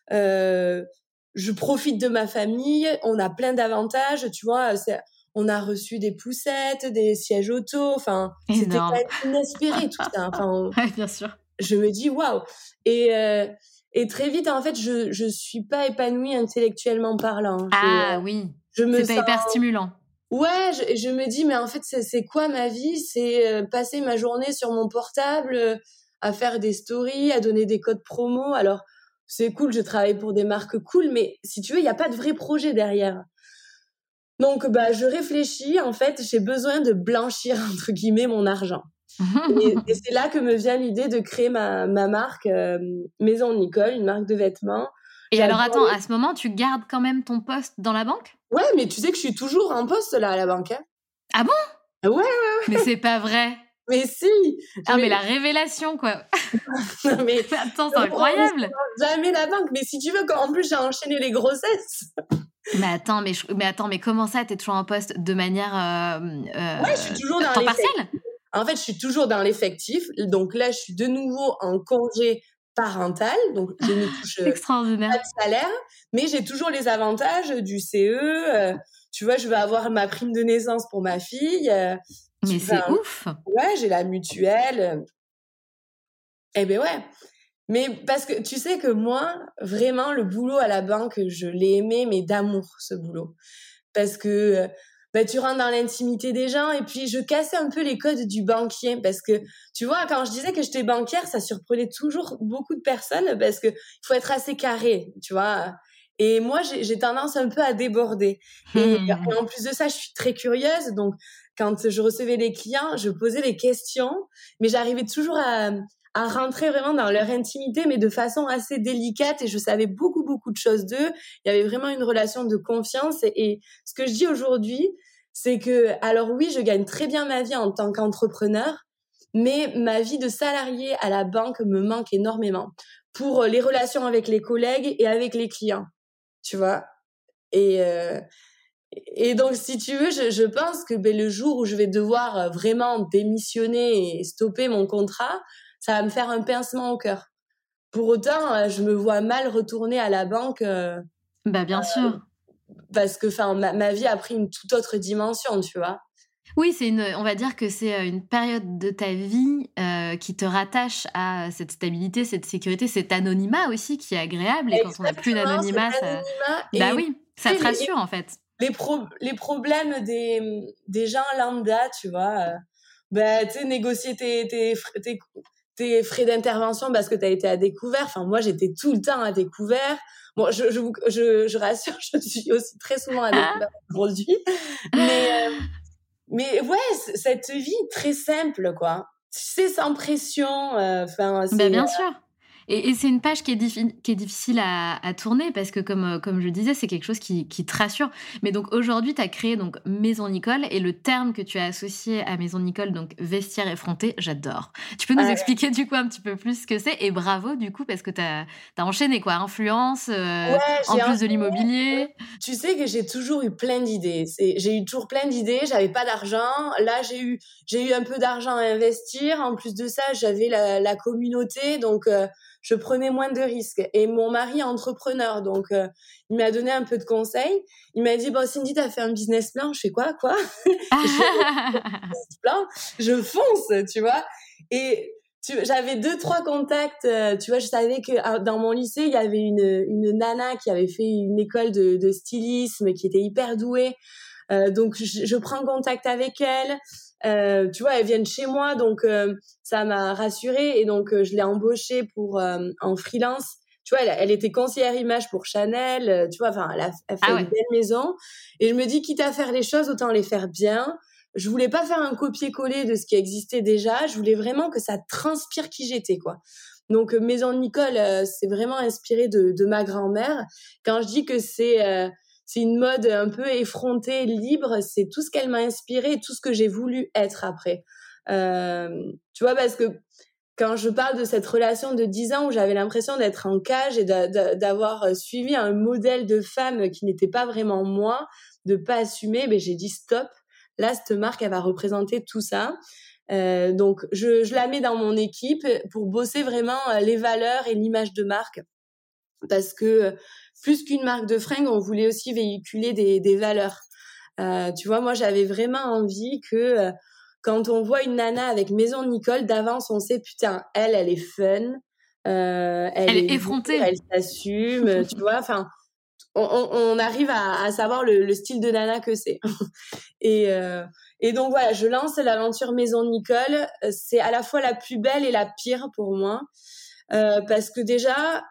Speaker 2: Je profite de ma famille, on a plein d'avantages, tu vois, on a reçu des poussettes, des sièges auto, enfin, c'était quand même inespéré tout ça. Enfin,
Speaker 3: ouais, bien sûr.
Speaker 2: Je me dis waouh. Et très vite, en fait, je suis pas épanouie intellectuellement parlant.
Speaker 3: Oui,
Speaker 2: c'est
Speaker 3: pas hyper stimulant.
Speaker 2: Ouais, je me dis mais en fait c'est quoi ma vie? C'est passer ma journée sur mon portable à faire des stories, à donner des codes promo. Alors c'est cool, je travaille pour des marques cool, mais si tu veux, il y a pas de vrai projet derrière. Donc je réfléchis, en fait, j'ai besoin de blanchir entre guillemets mon argent. Et c'est là que me vient l'idée de créer ma marque Maison Nicole, une marque de vêtements
Speaker 3: Et alors, attends, à ce moment, tu gardes quand même ton poste dans la banque ?
Speaker 2: Ouais, mais tu sais que je suis toujours en poste, là, à la banque. Hein.
Speaker 3: Ah bon ?
Speaker 2: Ouais.
Speaker 3: Mais c'est pas vrai.
Speaker 2: Mais si.
Speaker 3: Ah, mais la révélation, quoi.
Speaker 2: Non, mais
Speaker 3: attends, c'est incroyable.
Speaker 2: Jamais la banque. Mais si tu veux, en plus, j'ai enchaîné les grossesses.
Speaker 3: Mais attends, mais comment ça, t'es toujours en poste de manière
Speaker 2: ouais, je suis toujours dans
Speaker 3: temps partiel ?
Speaker 2: En fait, je suis toujours dans l'effectif. Donc là, je suis de nouveau en congé parental. Donc, je ne touche
Speaker 3: extraordinaire.
Speaker 2: pas de salaire. Mais j'ai toujours les avantages du CE. Tu vois, je vais avoir ma prime de naissance pour ma fille.
Speaker 3: Mais c'est ouf.
Speaker 2: Ouais, j'ai la mutuelle. Eh ben ouais. Mais parce que tu sais que moi, vraiment, le boulot à la banque, je l'ai aimé, mais d'amour, ce boulot. Parce que tu rentres dans l'intimité des gens et puis je cassais un peu les codes du banquier. Parce que, tu vois, quand je disais que j'étais banquière, ça surprenait toujours beaucoup de personnes parce que il faut être assez carré, tu vois. Et moi, j'ai tendance un peu à déborder. Et en plus de ça, je suis très curieuse. Donc, quand je recevais les clients, je posais des questions, mais j'arrivais toujours à rentrer vraiment dans leur intimité, mais de façon assez délicate, et je savais beaucoup de choses d'eux. Il y avait vraiment une relation de confiance, et ce que je dis aujourd'hui, c'est que, alors oui, je gagne très bien ma vie en tant qu'entrepreneur, mais ma vie de salarié à la banque me manque énormément pour les relations avec les collègues et avec les clients, tu vois. Et donc, si tu veux, je pense que le jour où je vais devoir vraiment démissionner et stopper mon contrat, ça va me faire un pincement au cœur. Pour autant, je me vois mal retourner à la banque.
Speaker 3: Bien sûr.
Speaker 2: Parce que ma vie a pris une toute autre dimension, tu vois.
Speaker 3: Oui, on va dire que c'est une période de ta vie qui te rattache à cette stabilité, cette sécurité, cet anonymat aussi qui est agréable. Et quand on n'a plus d'anonymat, bah oui, ça te rassure en fait.
Speaker 2: Les problèmes des gens lambda, tu vois, tu sais, négocier tes frais d'intervention parce que tu as été à découvert. Enfin, moi, j'étais tout le temps à découvert. Bon, je rassure, je suis aussi très souvent à découvert aujourd'hui. Mais ouais, cette vie très simple, quoi. Tu sais, sans pression.
Speaker 3: Bien sûr. Et c'est une page qui est difficile à tourner parce que, comme je disais, c'est quelque chose qui te rassure. Mais donc, aujourd'hui, tu as créé donc, Maison Nicole et le terme que tu as associé à Maison Nicole, donc vestiaire effronté, j'adore. Tu peux nous expliquer du coup un petit peu plus ce que c'est ? Et bravo du coup parce que tu as enchaîné quoi, influence, en plus de l'immobilier.
Speaker 2: Tu sais que j'ai toujours eu plein d'idées. J'ai eu toujours plein d'idées, j'avais pas d'argent. Là, j'ai eu un peu d'argent à investir. En plus de ça, j'avais la communauté, donc je prenais moins de risques. Et mon mari est entrepreneur, donc il m'a donné un peu de conseils. Il m'a dit, bon, Cindy, t'as fait un business plan. Je fais quoi je fonce, tu vois. Et j'avais 2-3 contacts, tu vois, je savais que dans mon lycée, il y avait une nana qui avait fait une école de stylisme, qui était hyper douée. Donc, je prends contact avec elle. Tu vois, elle vient de chez moi, donc ça m'a rassurée. Et donc, je l'ai embauchée pour en freelance. Tu vois, elle était conseillère image pour Chanel. Tu vois, enfin, elle fait une belle maison. Et je me dis, quitte à faire les choses, autant les faire bien. Je voulais pas faire un copier-coller de ce qui existait déjà. Je voulais vraiment que ça transpire qui j'étais, quoi. Donc, Maison Nicole, c'est vraiment inspiré de ma grand-mère. Quand je dis que c'est une mode un peu effrontée, libre, c'est tout ce qu'elle m'a inspiré et tout ce que j'ai voulu être après. Tu vois, parce que quand je parle de cette relation de 10 ans où j'avais l'impression d'être en cage et d'avoir suivi un modèle de femme qui n'était pas vraiment moi, de pas assumer, j'ai dit stop. Là, cette marque, elle va représenter tout ça. Donc, je la mets dans mon équipe pour bosser vraiment les valeurs et l'image de marque. Parce que plus qu'une marque de fringues, on voulait aussi véhiculer des valeurs. Tu vois, moi, j'avais vraiment envie que quand on voit une nana avec Maison Nicole, d'avance, on sait, putain, elle est fun. Elle est
Speaker 3: effrontée.
Speaker 2: Elle s'assume, tu vois. Enfin, on arrive à savoir le style de nana que c'est. Et donc, voilà, je lance l'aventure Maison Nicole. C'est à la fois la plus belle et la pire pour moi. Parce que déjà,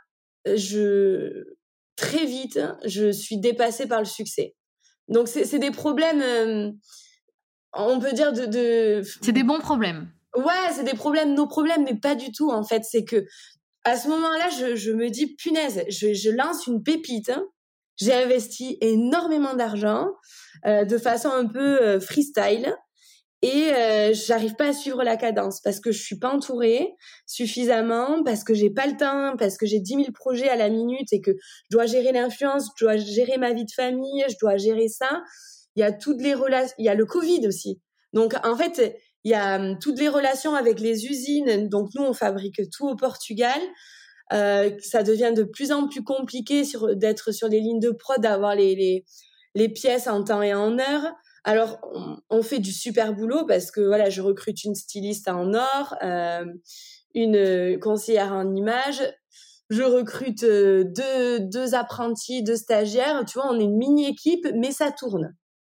Speaker 2: très vite, je suis dépassée par le succès. Donc, c'est des problèmes, on peut dire
Speaker 3: C'est des bons problèmes.
Speaker 2: Ouais, c'est des problèmes, nos problèmes, mais pas du tout, en fait. C'est que à ce moment-là, je me dis, punaise, je lance une pépite. Hein. J'ai investi énormément d'argent de façon un peu freestyle. Et j'arrive pas à suivre la cadence parce que je suis pas entourée suffisamment, parce que j'ai pas le temps, parce que j'ai 10 000 projets à la minute et que je dois gérer l'influence, je dois gérer ma vie de famille, je dois gérer ça. Il y a toutes les relations, il y a le Covid aussi. Donc en fait, il y a toutes les relations avec les usines. Donc nous, on fabrique tout au Portugal. Ça devient de plus en plus compliqué d'être sur les lignes de prod, d'avoir les pièces en temps et en heure. Alors, on fait du super boulot parce que voilà, je recrute une styliste en or, une conseillère en images, je recrute deux apprentis, 2 stagiaires. Tu vois, on est une mini équipe, mais ça tourne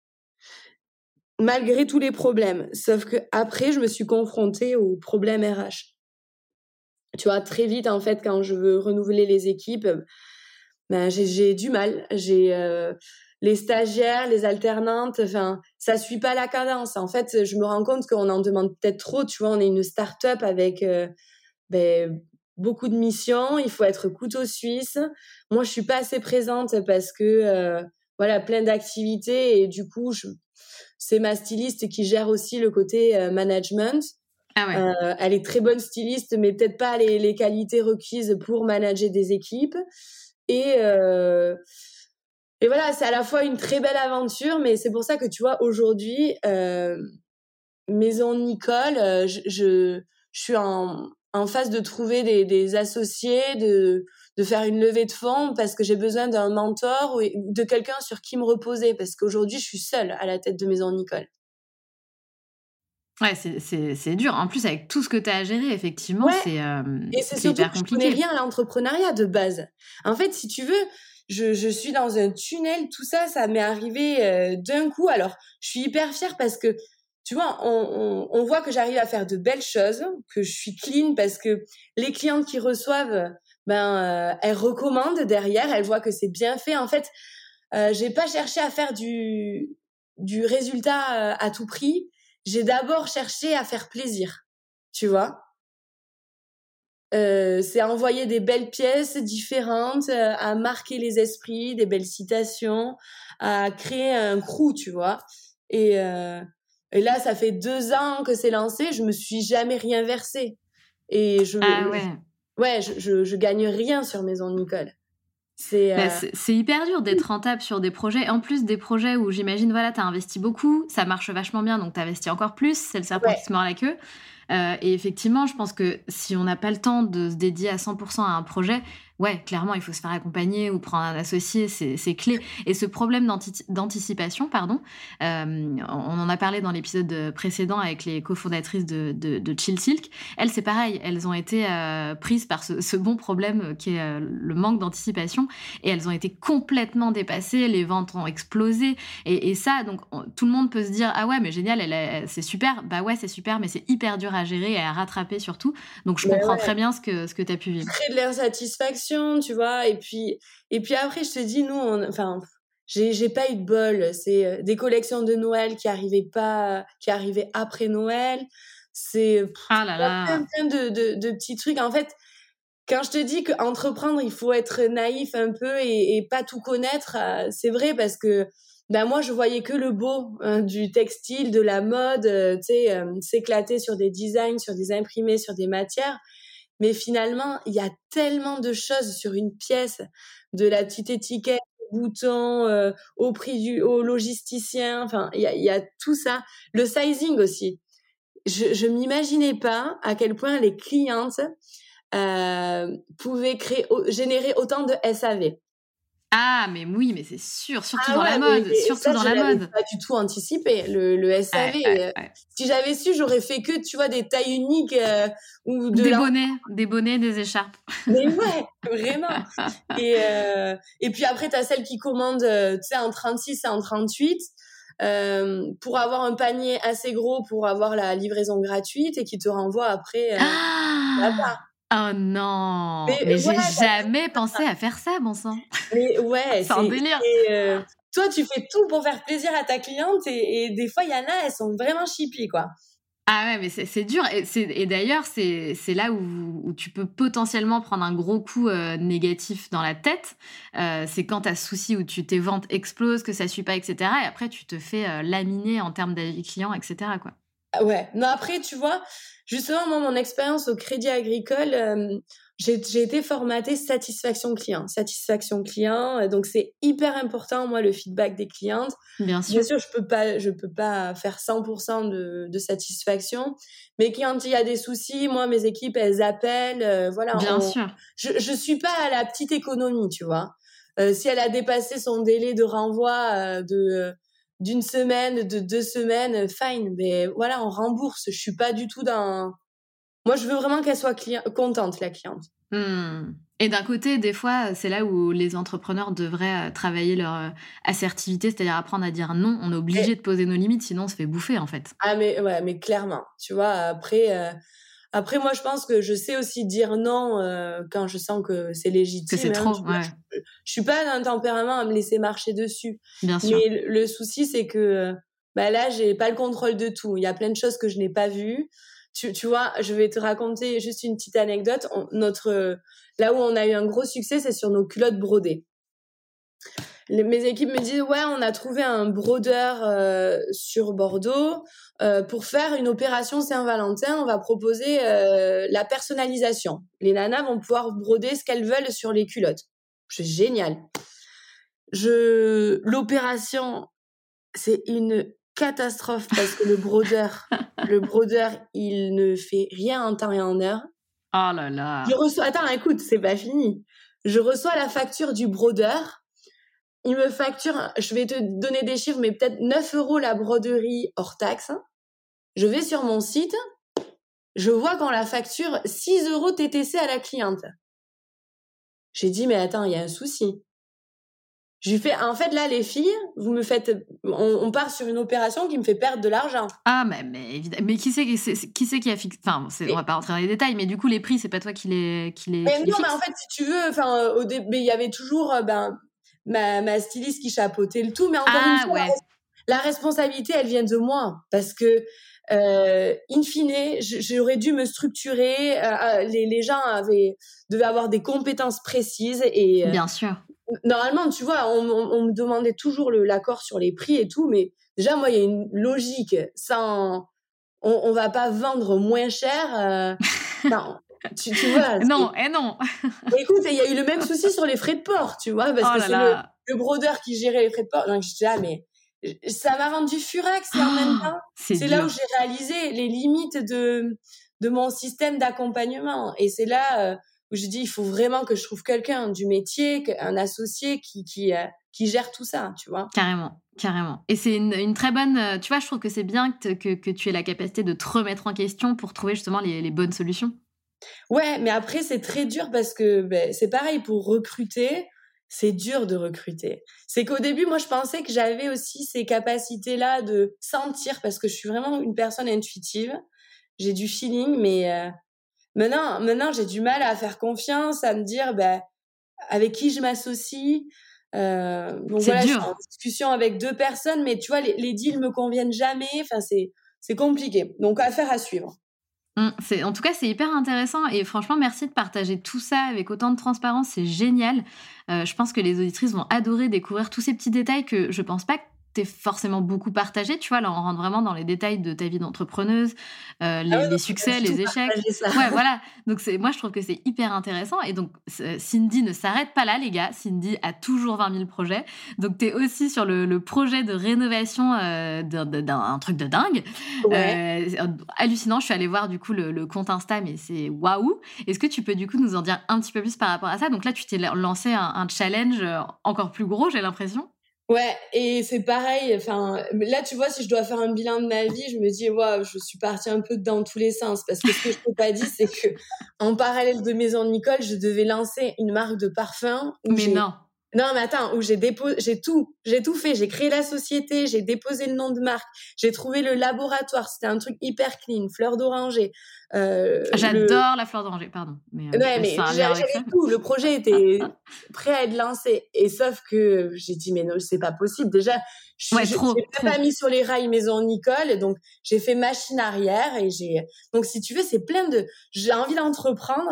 Speaker 2: malgré tous les problèmes. Sauf que après, je me suis confrontée aux problèmes RH. Tu vois, très vite en fait, quand je veux renouveler les équipes, ben j'ai du mal. Les stagiaires, les alternantes, enfin, ça suit pas la cadence. En fait, je me rends compte qu'on en demande peut-être trop. Tu vois, on est une start-up avec beaucoup de missions. Il faut être couteau suisse. Moi, je suis pas assez présente parce que voilà, plein d'activités et du coup, c'est ma styliste qui gère aussi le côté management.
Speaker 3: Ah ouais.
Speaker 2: Elle est très bonne styliste, mais peut-être pas les qualités requises pour manager des équipes. Et voilà, c'est à la fois une très belle aventure, mais c'est pour ça que tu vois, aujourd'hui, Maison Nicole, je suis en phase de trouver des associés, de faire une levée de fonds parce que j'ai besoin d'un mentor ou de quelqu'un sur qui me reposer parce qu'aujourd'hui, je suis seule à la tête de Maison Nicole.
Speaker 3: Ouais, c'est dur. En plus, avec tout ce que tu as à gérer, effectivement,
Speaker 2: ouais. Et c'est surtout
Speaker 3: hyper
Speaker 2: que je
Speaker 3: compliqué.
Speaker 2: connais rien à l'entrepreneuriat de base. En fait, si tu veux, je suis dans un tunnel, tout ça, ça m'est arrivé d'un coup. Alors, je suis hyper fière parce que, tu vois, on voit que j'arrive à faire de belles choses, que je suis clean parce que les clientes qui reçoivent, elles recommandent derrière, elles voient que c'est bien fait. En fait, j'ai pas cherché à faire du résultat à tout prix. J'ai d'abord cherché à faire plaisir, tu vois. C'est envoyer des belles pièces différentes, à marquer les esprits, des belles citations, à créer un crew, tu vois. Et là, ça fait 2 ans que c'est lancé, je me suis jamais rien versé. Et
Speaker 3: Ah ouais.
Speaker 2: je gagne rien sur Maison Nicole. C'est
Speaker 3: hyper dur d'être rentable sur des projets. En plus, des projets où j'imagine, voilà, t'as investi beaucoup, ça marche vachement bien, donc t'investis encore plus, c'est le serpent qui se mord la queue. Et effectivement, je pense que si on n'a pas le temps de se dédier à 100% à un projet, ouais, clairement, il faut se faire accompagner ou prendre un associé, c'est clé. Et ce problème d'anticipation, pardon, on en a parlé dans l'épisode précédent avec les cofondatrices de Chill Silk. Elles, c'est pareil, elles ont été prises par ce bon problème qui est le manque d'anticipation et elles ont été complètement dépassées, les ventes ont explosé et ça, donc tout le monde peut se dire ah ouais, mais génial, c'est super. Bah ouais, c'est super, mais c'est hyper dur à gérer et à rattraper surtout. Donc je comprends très bien ce que tu as pu vivre.
Speaker 2: Créer de l'insatisfaction, tu vois. Et puis après, je te dis, nous, j'ai pas eu de bol. C'est des collections de Noël qui arrivaient après Noël. C'est
Speaker 3: ah là là.
Speaker 2: plein de petits trucs. En fait, quand je te dis qu'entreprendre, il faut être naïf un peu et pas tout connaître, c'est vrai parce que moi, je voyais que le beau du textile, de la mode, s'éclater sur des designs, sur des imprimés, sur des matières. Mais finalement, il y a tellement de choses sur une pièce, de la petite étiquette, au bouton, au logisticien. Enfin, il y a tout ça. Le sizing aussi. Je m'imaginais pas à quel point les clientes pouvaient générer autant de SAV.
Speaker 3: Ah, mais oui, mais c'est sûr, surtout dans la mode, surtout dans la mode.
Speaker 2: Pas du tout anticipé, le SAV.
Speaker 3: Ouais.
Speaker 2: Si j'avais su, j'aurais fait que, tu vois, des tailles uniques ou
Speaker 3: des bonnets, des écharpes.
Speaker 2: Mais ouais, vraiment. Et puis après, t'as celles qui commandent, tu sais, en 36 et en 38 pour avoir un panier assez gros pour avoir la livraison gratuite et qui te renvoie après là-bas.
Speaker 3: Oh non, mais j'ai jamais pensé à faire ça, bon sang.
Speaker 2: Mais ouais,
Speaker 3: c'est un délire.
Speaker 2: Toi, tu fais tout pour faire plaisir à ta cliente et des fois, il y en a, elles sont vraiment chippy, quoi.
Speaker 3: Ah ouais, mais c'est dur. Et d'ailleurs, c'est là où tu peux potentiellement prendre un gros coup négatif dans la tête. C'est quand tu as ce souci où tes ventes explosent, que ça ne suit pas, etc. Et après, tu te fais laminer en termes d'avis client, etc. quoi.
Speaker 2: Ouais. Non, après, tu vois, justement, moi, mon expérience au Crédit Agricole, j'ai été formatée satisfaction client. Satisfaction client, donc c'est hyper important, moi, le feedback des clientes.
Speaker 3: Bien sûr,
Speaker 2: je peux pas faire 100% de satisfaction, mais quand il y a des soucis, moi, mes équipes, elles appellent, voilà.
Speaker 3: bien sûr.
Speaker 2: Je suis pas à la petite économie, tu vois. Si elle a dépassé son délai de renvoi d'une semaine, de 2 semaines, fine, mais voilà, on rembourse. Je suis pas du tout dans... Moi, je veux vraiment qu'elle soit contente, la cliente.
Speaker 3: Et d'un côté, des fois, c'est là où les entrepreneurs devraient travailler leur assertivité, c'est-à-dire apprendre à dire non. On est obligé de poser nos limites, sinon on se fait bouffer, en fait.
Speaker 2: Ah, mais ouais, mais clairement, tu vois, après, moi, je pense que je sais aussi dire non quand je sens que c'est légitime.
Speaker 3: Que c'est trop, ouais.
Speaker 2: Je suis pas d'un tempérament à me laisser marcher dessus.
Speaker 3: Bien sûr.
Speaker 2: Mais le souci, c'est que là, j'ai pas le contrôle de tout. Il y a plein de choses que je n'ai pas vues. Tu vois, je vais te raconter juste une petite anecdote. Là où on a eu un gros succès, c'est sur nos culottes brodées. Mes équipes me disent, ouais, on a trouvé un brodeur sur Bordeaux pour faire une opération Saint-Valentin. On va proposer la personnalisation. Les nanas vont pouvoir broder ce qu'elles veulent sur les culottes. C'est génial. L'opération, c'est une catastrophe parce que le brodeur, il ne fait rien en temps et en heure.
Speaker 3: Oh là là.
Speaker 2: Attends, écoute, c'est pas fini. Je reçois la facture du brodeur. Il me facture, je vais te donner des chiffres, mais peut-être 9 € la broderie hors taxe. Je vais sur mon site, je vois qu'on la facture 6 € TTC à la cliente. J'ai dit, mais attends, il y a un souci. Je lui fais, en fait, là, les filles, on part sur une opération qui me fait perdre de l'argent.
Speaker 3: Ah, mais évidemment. Mais qui c'est qui a fixé, enfin, on va pas rentrer dans les détails, mais du coup, les prix, c'est pas toi qui les
Speaker 2: mais non,
Speaker 3: fixe.
Speaker 2: mais en fait, si tu veux, au début, il y avait toujours, ma styliste qui chapeautait le tout, mais encore une fois,
Speaker 3: ouais.
Speaker 2: la responsabilité, elle vient de moi, parce que, in fine, j'aurais dû me structurer, les gens devaient avoir des compétences précises et,
Speaker 3: bien sûr.
Speaker 2: Normalement, tu vois, on me demandait toujours l'accord sur les prix et tout, mais déjà, moi, il y a une logique. On va pas vendre moins cher. Non, tu vois.
Speaker 3: Non, non.
Speaker 2: Écoute, il y a eu le même souci sur les frais de port, tu vois, parce que c'est le brodeur qui gérait les frais de port. Donc, je dis, mais ça m'a rendu furax et en même temps, c'est là où j'ai réalisé les limites de mon système d'accompagnement. Et c'est là où je dis, il faut vraiment que je trouve quelqu'un du métier, un associé qui gère tout ça, tu vois.
Speaker 3: Carrément. Et c'est une très bonne... tu vois, je trouve que c'est bien que tu aies la capacité de te remettre en question pour trouver justement les bonnes solutions.
Speaker 2: Ouais, mais après, c'est très dur parce que c'est pareil pour recruter. C'est dur de recruter. C'est qu'au début, moi, je pensais que j'avais aussi ces capacités-là de sentir, parce que je suis vraiment une personne intuitive. J'ai du feeling, mais maintenant, j'ai du mal à faire confiance, à me dire avec qui je m'associe. Donc
Speaker 3: c'est
Speaker 2: voilà,
Speaker 3: dur.
Speaker 2: je suis en discussion avec 2 personnes, mais tu vois, les deals me conviennent jamais. Enfin, c'est compliqué. Donc, affaire à suivre.
Speaker 3: En tout cas, c'est hyper intéressant et franchement, merci de partager tout ça avec autant de transparence, c'est génial. Je pense que les auditrices vont adorer découvrir tous ces petits détails que je pense pas que t'es forcément beaucoup partagé, tu vois, là on rentre vraiment dans les détails de ta vie d'entrepreneuse, les succès, les échecs. Ouais, voilà. Donc moi je trouve que c'est hyper intéressant et donc Cindy ne s'arrête pas là les gars, Cindy a toujours 20 000 projets. Donc t'es aussi sur le projet de rénovation d'un truc de dingue.
Speaker 2: Ouais.
Speaker 3: Hallucinant, je suis allée voir du coup le compte Insta mais c'est waouh. Est-ce que tu peux du coup nous en dire un petit peu plus par rapport à ça? Donc là tu t'es lancé un challenge encore plus gros, j'ai l'impression.
Speaker 2: Ouais, et c'est pareil. Enfin, là, tu vois, si je dois faire un bilan de ma vie, je me dis, waouh, je suis partie un peu dans tous les sens. Parce que ce que je t'ai pas dit, c'est que en parallèle de Maison Nicole, je devais lancer une marque de parfum.
Speaker 3: Mais non.
Speaker 2: Non, mais attends, où j'ai tout fait. J'ai créé la société, j'ai déposé le nom de marque, j'ai trouvé le laboratoire. C'était un truc hyper clean, fleur d'oranger.
Speaker 3: J'adore la fleur d'oranger, pardon. Mais
Speaker 2: Ouais, mais
Speaker 3: ça a un lien avec ça.
Speaker 2: j'avais tout. Le projet était prêt à être lancé. Et sauf que j'ai dit, mais non, c'est pas possible. Déjà, j'ai pas mis sur les rails Maison Nicole. Donc, j'ai fait machine arrière donc, si tu veux, c'est j'ai envie d'entreprendre.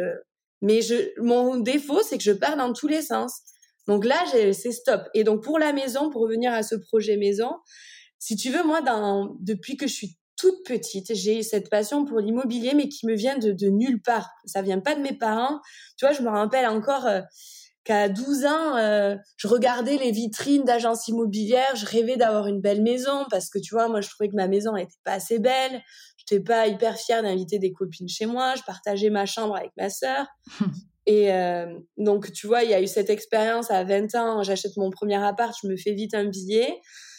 Speaker 2: Mon défaut, c'est que je pars dans tous les sens. Donc là, c'est stop. Et donc, pour la maison, pour revenir à ce projet maison, si tu veux, moi, depuis que je suis toute petite, j'ai cette passion pour l'immobilier, mais qui me vient de nulle part. Ça vient pas de mes parents. Tu vois, je me rappelle encore qu'à 12 ans, je regardais les vitrines d'agences immobilières, je rêvais d'avoir une belle maison parce que, tu vois, moi, je trouvais que ma maison était pas assez belle. J'étais pas hyper fière d'inviter des copines chez moi. Je partageais ma chambre avec ma sœur. Et donc, tu vois, il y a eu cette expérience à 20 ans. J'achète mon premier appart, je me fais vite un billet.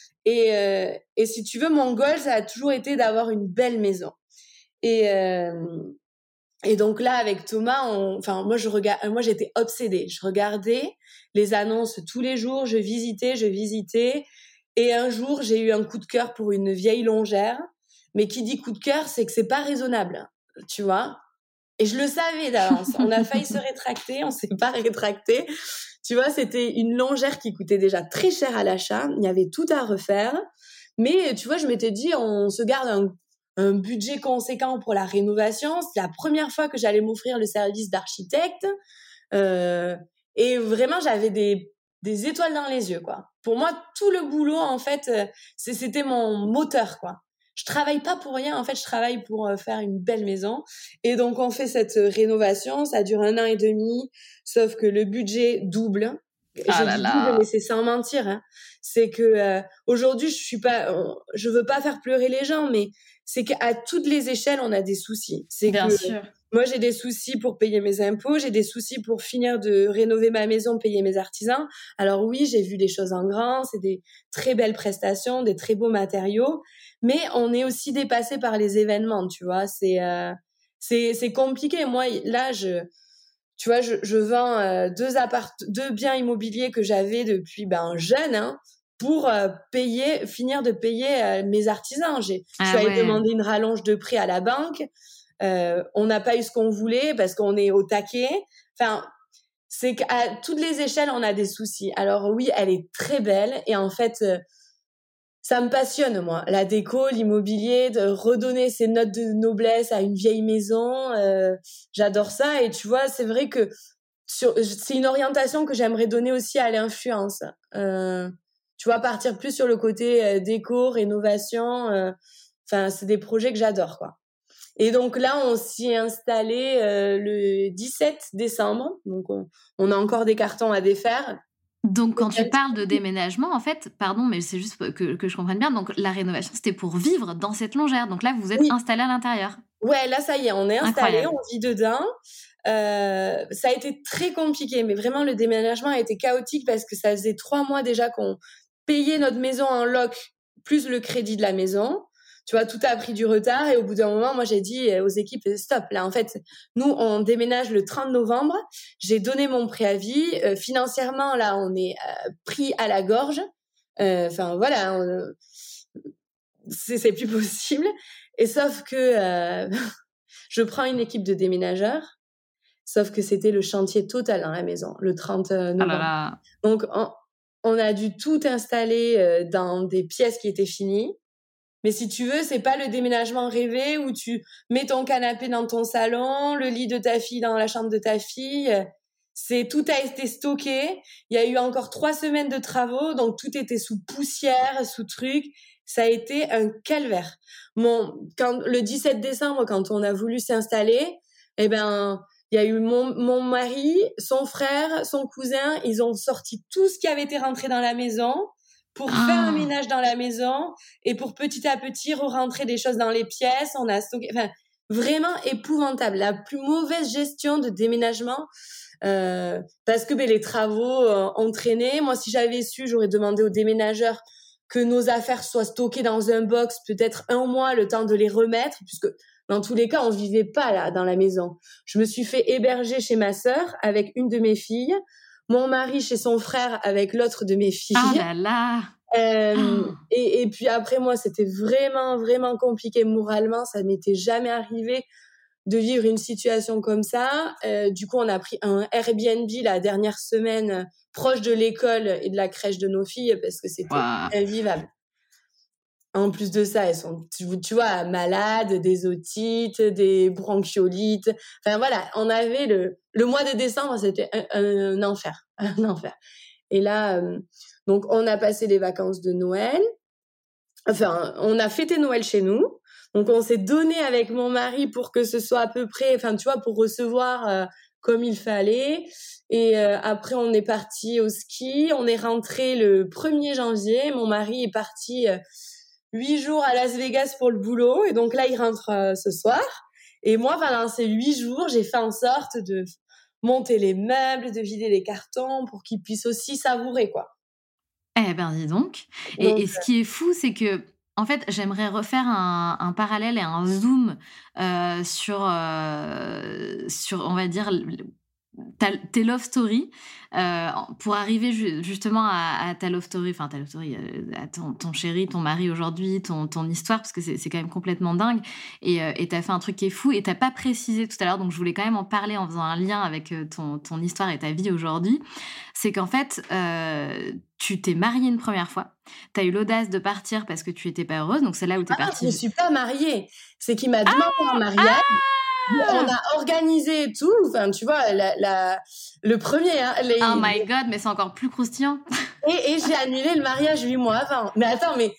Speaker 2: Et si tu veux, mon goal, ça a toujours été d'avoir une belle maison. Et donc là, avec Thomas, moi, j'étais obsédée. Je regardais les annonces tous les jours, je visitais. Et un jour, j'ai eu un coup de cœur pour une vieille longère. Mais qui dit coup de cœur, c'est que c'est pas raisonnable, tu vois. Et je le savais d'avance. On a failli se rétracter, on s'est pas rétracté. Tu vois, c'était une longère qui coûtait déjà très cher à l'achat. Il y avait tout à refaire. Mais tu vois, je m'étais dit, on se garde un budget conséquent pour la rénovation. C'est la première fois que j'allais m'offrir le service d'architecte. Et vraiment, j'avais des étoiles dans les yeux, quoi. Pour moi, tout le boulot, en fait, c'était mon moteur, quoi. Je travaille pas pour rien, en fait, je travaille pour faire une belle maison. Et donc, on fait cette rénovation, ça dure 1 an et demi, sauf que le budget double. Double, mais c'est sans mentir, hein. C'est que aujourd'hui, je veux pas faire pleurer les gens, mais c'est qu'à toutes les échelles, on a des soucis.
Speaker 3: Bien sûr.
Speaker 2: Moi, j'ai des soucis pour payer mes impôts, j'ai des soucis pour finir de rénover ma maison, payer mes artisans. Alors oui, j'ai vu les choses en grand, c'est des très belles prestations, des très beaux matériaux, mais on est aussi dépassé par les événements, tu vois. C'est compliqué. Moi, là, tu vois, je vends deux biens immobiliers que j'avais depuis jeune, hein, pour finir de payer mes artisans. Je suis allée demander une rallonge de prêt à la banque. On n'a pas eu ce qu'on voulait parce qu'on est au taquet. Enfin, c'est qu'à toutes les échelles, on a des soucis. Alors oui, elle est très belle et en fait, ça me passionne, moi. La déco, l'immobilier, de redonner ces notes de noblesse à une vieille maison. J'adore ça. Et tu vois, c'est vrai que c'est une orientation que j'aimerais donner aussi à l'influence. Tu vois, partir plus sur le côté déco, rénovation. Enfin, c'est des projets que j'adore, quoi. Et donc là, on s'y est installé le 17 décembre. Donc, on a encore des cartons à défaire.
Speaker 3: Donc, quand tu parles de déménagement, en fait, pardon, mais c'est juste que je comprenne bien. Donc, la rénovation, c'était pour vivre dans cette longère. Donc là, vous êtes installé à l'intérieur.
Speaker 2: Ouais, là, ça y est, on est installé, on vit dedans. Ça a été très compliqué, mais vraiment, le déménagement a été chaotique parce que ça faisait 3 mois déjà qu'on payait notre maison en loc, plus le crédit de la maison. Tu vois, tout a pris du retard et au bout d'un moment, moi, j'ai dit aux équipes, stop, là, en fait, nous, on déménage le 30 novembre. J'ai donné mon préavis. Financièrement, là, on est pris à la gorge. Enfin, voilà, c'est plus possible. Et sauf que je prends une équipe de déménageurs, sauf que c'était le chantier total dans la maison, le 30 novembre. Donc, on a dû tout installer dans des pièces qui étaient finies. Mais si tu veux, c'est pas le déménagement rêvé où tu mets ton canapé dans ton salon, le lit de ta fille dans la chambre de ta fille. Tout a été stocké. Il y a eu encore 3 semaines de travaux, donc tout était sous poussière, sous truc. Ça a été un calvaire. Le 17 décembre, quand on a voulu s'installer, il y a eu mon mari, son frère, son cousin. Ils ont sorti tout ce qui avait été rentré dans la maison pour faire un ménage dans la maison et pour petit à petit re-rentrer des choses dans les pièces. On a stocké, vraiment épouvantable. La plus mauvaise gestion de déménagement parce que les travaux ont traîné. Moi, si j'avais su, j'aurais demandé aux déménageurs que nos affaires soient stockées dans un box, peut-être 1 mois, le temps de les remettre, puisque dans tous les cas, on vivait pas là dans la maison. Je me suis fait héberger chez ma sœur avec une de mes filles. mon mari chez son frère avec l'autre de mes filles.
Speaker 3: Ah là là.
Speaker 2: Et puis après, moi, c'était vraiment, vraiment compliqué moralement. Ça m'était jamais arrivé de vivre une situation comme ça. Du coup, on a pris un Airbnb la dernière semaine proche de l'école et de la crèche de nos filles parce que c'était invivable. En plus de ça, elles sont, tu vois, malades, des otites, des bronchiolites. Enfin voilà, on avait le mois de décembre, c'était un enfer, un enfer. Et là, donc on a passé les vacances de Noël. Enfin, on a fêté Noël chez nous. Donc on s'est donné avec mon mari pour que ce soit à peu près, enfin tu vois, pour recevoir comme il fallait. Et après on est parti au ski. On est rentré le 1er janvier. Mon mari est parti 8 jours à Las Vegas pour le boulot. Et donc là, il rentre ce soir. Et moi, pendant ces 8 jours, j'ai fait en sorte de monter les meubles, de vider les cartons pour qu'ils puissent aussi savourer, quoi.
Speaker 3: Eh ben, dis donc. Et ce qui est fou, c'est que, en fait, j'aimerais refaire un parallèle et un zoom sur, on va dire, tes love stories pour arriver justement à ta love story, enfin ta love story, à ton chéri, ton mari aujourd'hui, ton histoire, parce que c'est quand même complètement dingue. Et t'as fait un truc qui est fou et t'as pas précisé tout à l'heure, donc je voulais quand même en parler en faisant un lien avec ton histoire et ta vie aujourd'hui. C'est qu'en fait, tu t'es mariée une première fois, t'as eu l'audace de partir parce que tu étais pas heureuse, donc c'est là où t'es partie.
Speaker 2: Non, je me suis pas mariée. C'est qu'il m'a demandé un mariage. On a organisé et tout. Enfin, tu vois, le premier. Hein,
Speaker 3: oh my God, mais c'est encore plus croustillant.
Speaker 2: Et j'ai annulé le mariage 8 mois avant. Mais attends, mais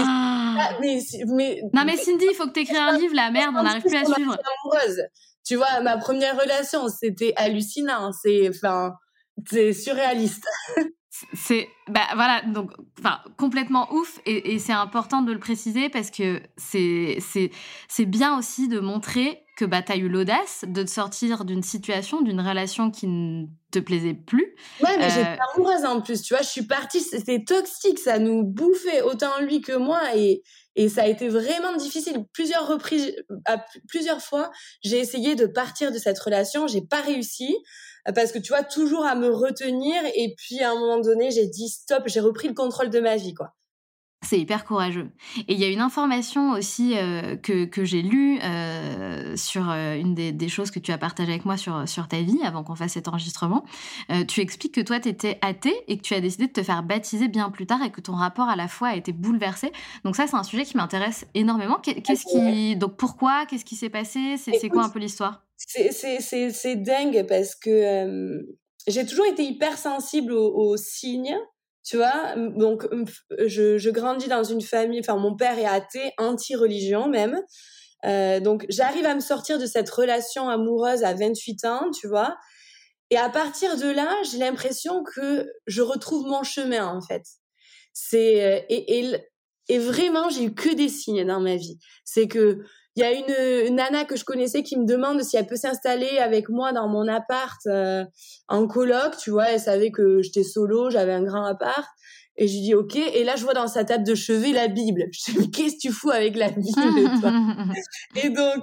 Speaker 3: non, mais Cindy, il faut que t'écris un livre, la merde, on n'arrive plus à suivre.
Speaker 2: Amoureuse. Tu vois, ma première relation, c'était hallucinant. C'est surréaliste.
Speaker 3: Voilà, donc complètement ouf et c'est important de le préciser parce que c'est bien aussi de montrer que t'as eu l'audace de te sortir d'une situation, d'une relation qui ne te plaisait plus.
Speaker 2: Ouais, mais j'étais amoureuse en plus, tu vois, je suis partie, c'était toxique, ça nous bouffait autant lui que moi et ça a été vraiment difficile. Plusieurs fois, j'ai essayé de partir de cette relation, j'ai pas réussi. Parce que tu vois, toujours à me retenir et puis à un moment donné, j'ai dit stop, j'ai repris le contrôle de ma vie, quoi.
Speaker 3: C'est hyper courageux. Et il y a une information aussi que j'ai lue sur une des choses que tu as partagées avec moi sur ta vie avant qu'on fasse cet enregistrement. Tu expliques que toi, tu étais athée et que tu as décidé de te faire baptiser bien plus tard et que ton rapport à la foi a été bouleversé. Donc ça, c'est un sujet qui m'intéresse énormément. Donc pourquoi? Qu'est-ce qui s'est passé? C'est quoi un peu l'histoire?
Speaker 2: C'est dingue parce que j'ai toujours été hyper sensible aux signes. Tu vois, donc je grandis dans une famille, enfin mon père est athée, anti-religion même. Donc j'arrive à me sortir de cette relation amoureuse à 28 ans, tu vois. Et à partir de là, j'ai l'impression que je retrouve mon chemin en fait. Et vraiment, j'ai eu que des signes dans ma vie. C'est que il y a une nana que je connaissais qui me demande si elle peut s'installer avec moi dans mon appart en coloc, tu vois, elle savait que j'étais solo, j'avais un grand appart et je lui dis OK et là je vois dans sa table de chevet la Bible. Je dis mais qu'est-ce que tu fous avec la Bible toi? Et donc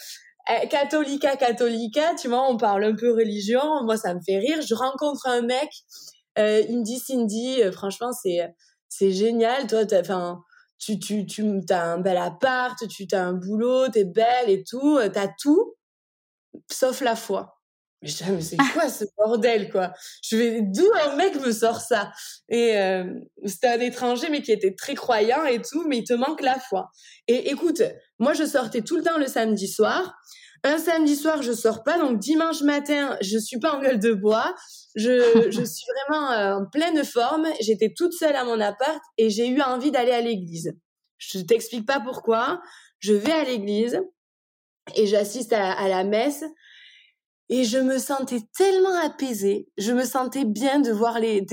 Speaker 2: catholica, tu vois, on parle un peu religion, moi ça me fait rire, je rencontre un mec il me dit Cindy, franchement c'est génial, toi t'as un bel appart, t'as un boulot, t'es belle et tout, t'as tout, sauf la foi. Mais je dis, mais c'est quoi ce bordel, quoi? D'où un mec me sort ça? Et c'était un étranger, mais qui était très croyant et tout, mais il te manque la foi. Et écoute, moi, je sortais tout le temps le samedi soir. Un samedi soir, je sors pas, donc dimanche matin, je suis pas en gueule de bois. Je suis vraiment en pleine forme. J'étais toute seule à mon appart et j'ai eu envie d'aller à l'église. Je t'explique pas pourquoi. Je vais à l'église et j'assiste à la messe et je me sentais tellement apaisée. Je me sentais bien de voir les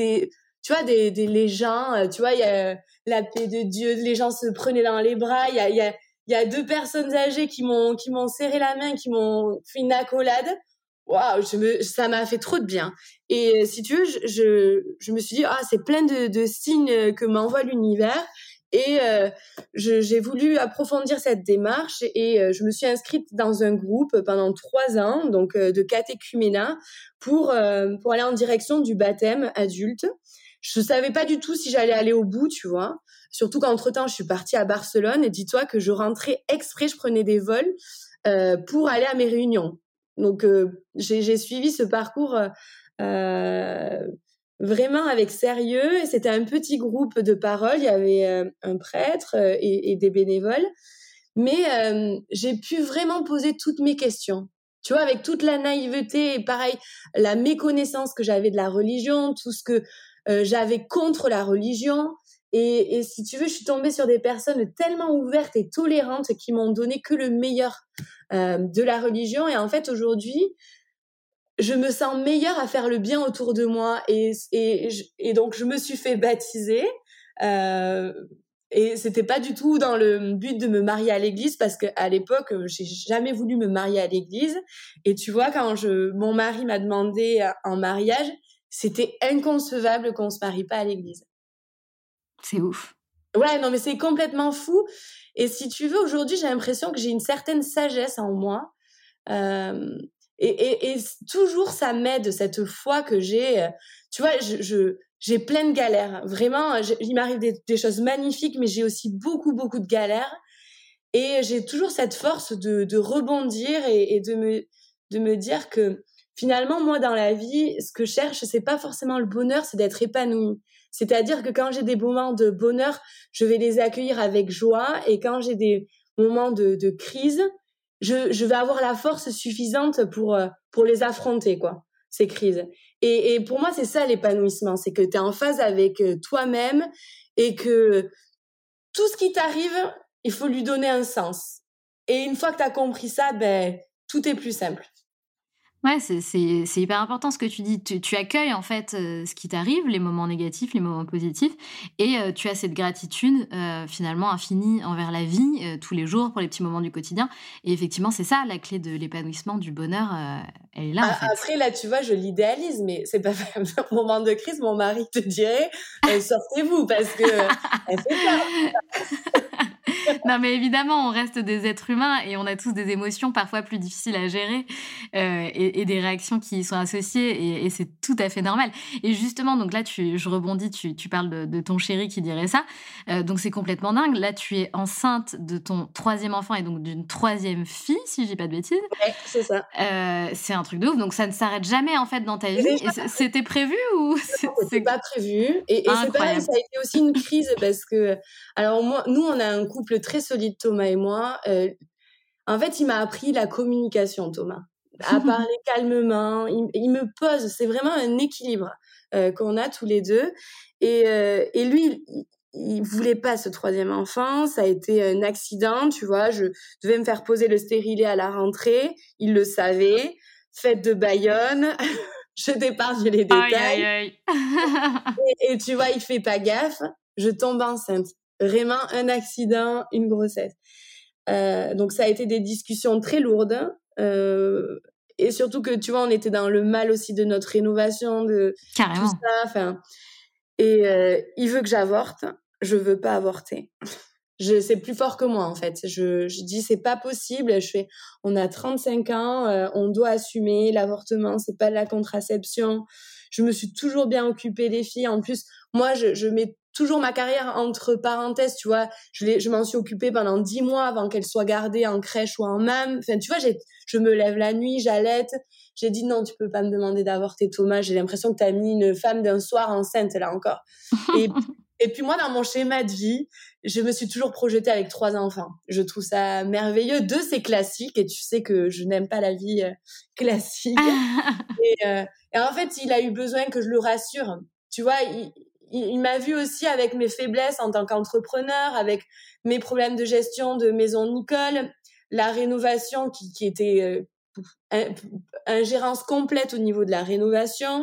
Speaker 2: gens, tu vois, il y a la paix de Dieu, les gens se prenaient dans les bras, il y a 2 personnes âgées qui m'ont serré la main, qui m'ont fait une accolade. Waouh, ça m'a fait trop de bien. Et si tu veux, je me suis dit c'est plein de signes que m'envoie l'univers Et j'ai voulu approfondir cette démarche et je me suis inscrite dans un groupe pendant 3 ans, donc de catéchuménat, pour aller en direction du baptême adulte. Je savais pas du tout si j'allais aller au bout, tu vois. Surtout qu'entre-temps, je suis partie à Barcelone et dis-toi que je rentrais exprès, je prenais des vols pour aller à mes réunions. Donc, j'ai suivi ce parcours vraiment avec sérieux. Et c'était un petit groupe de parole. Il y avait un prêtre et des bénévoles. Mais j'ai pu vraiment poser toutes mes questions. Tu vois, avec toute la naïveté et pareil, la méconnaissance que j'avais de la religion, tout ce que j'avais contre la religion. Et si tu veux, je suis tombée sur des personnes tellement ouvertes et tolérantes qui m'ont donné que le meilleur de la religion. Et en fait, aujourd'hui, je me sens meilleure à faire le bien autour de moi. Et donc, je me suis fait baptiser. Et c'était pas du tout dans le but de me marier à l'église parce qu'à l'époque, j'ai jamais voulu me marier à l'église. Et tu vois, quand mon mari m'a demandé en mariage, c'était inconcevable qu'on se marie pas à l'église.
Speaker 3: C'est ouf.
Speaker 2: Ouais, non, mais c'est complètement fou. Et si tu veux, aujourd'hui, j'ai l'impression que j'ai une certaine sagesse en moi. Et toujours, ça m'aide, cette foi que j'ai. Tu vois, j'ai plein de galères. Vraiment, il m'arrive des choses magnifiques, mais j'ai aussi beaucoup, beaucoup de galères. Et j'ai toujours cette force de rebondir et de me dire que finalement, moi, dans la vie, ce que je cherche, c'est pas forcément le bonheur, c'est d'être épanouie. C'est-à-dire que quand j'ai des moments de bonheur, je vais les accueillir avec joie. Et quand j'ai des moments de crise, je vais avoir la force suffisante pour les affronter, quoi, ces crises. Et pour moi, c'est ça l'épanouissement, c'est que tu es en phase avec toi-même et que tout ce qui t'arrive, il faut lui donner un sens. Et une fois que tu as compris ça, ben, tout est plus simple.
Speaker 3: Ouais, c'est hyper important ce que tu dis. Tu accueilles en fait ce qui t'arrive, les moments négatifs, les moments positifs, et tu as cette gratitude finalement infinie envers la vie tous les jours pour les petits moments du quotidien. Et effectivement, c'est ça la clé de l'épanouissement, du bonheur. Elle est là en fait.
Speaker 2: Après, là, tu vois, je l'idéalise, mais c'est pas un moment de crise. Mon mari te dirait sortez-vous parce que elle fait peur.
Speaker 3: Non, mais évidemment, on reste des êtres humains et on a tous des émotions parfois plus difficiles à gérer et des réactions qui y sont associées et c'est tout à fait normal. Et justement, donc là, je rebondis, tu parles de ton chéri qui dirait ça. Donc c'est complètement dingue. Là, tu es enceinte de ton 3e enfant et donc d'une 3e fille, si je dis pas de bêtises.
Speaker 2: Ouais, c'est ça.
Speaker 3: C'est un truc de ouf. Donc ça ne s'arrête jamais en fait dans ta vie. Et c'était prévu ou
Speaker 2: c'est pas prévu. Et c'est pareil, ça a été aussi une crise parce que, alors moi, nous, on a un couple très solide, Thomas et moi. En fait, il m'a appris la communication, Thomas, à parler calmement. Il me pose, c'est vraiment un équilibre qu'on a tous les deux. Et lui, il voulait pas ce 3e enfant. Ça a été un accident, tu vois. Je devais me faire poser le stérilet à la rentrée. Il le savait. Fête de Bayonne. Je t'épargne les détails.
Speaker 3: Aïe, aïe, aïe.
Speaker 2: Et tu vois, il fait pas gaffe. Je tombe enceinte. Vraiment un accident, une grossesse. Donc ça a été des discussions très lourdes. Et surtout que, tu vois, on était dans le mal aussi de notre rénovation, de
Speaker 3: Carrément.
Speaker 2: tout ça. Enfin, et il veut que j'avorte. Je veux pas avorter. C'est plus fort que moi, en fait. Je dis, c'est pas possible. On a 35 ans, on doit assumer l'avortement, c'est pas de la contraception. Je me suis toujours bien occupée des filles. En plus, moi, je mets toujours ma carrière entre parenthèses, tu vois. Je m'en suis occupée pendant 10 mois avant qu'elle soit gardée en crèche ou en MAM. Enfin, tu vois, je me lève la nuit, j'allaite. J'ai dit, non, tu peux pas me demander d'avorter, Thomas. J'ai l'impression que t'as mis une femme d'un soir enceinte, là encore. Et puis moi, dans mon schéma de vie, je me suis toujours projetée avec 3 enfants. Je trouve ça merveilleux. 2, c'est classique. Et tu sais que je n'aime pas la vie classique. Et en fait, il a eu besoin que je le rassure. Tu vois, il m'a vu aussi avec mes faiblesses en tant qu'entrepreneur, avec mes problèmes de gestion de maison Nicole, la rénovation qui était ingérence complète au niveau de la rénovation.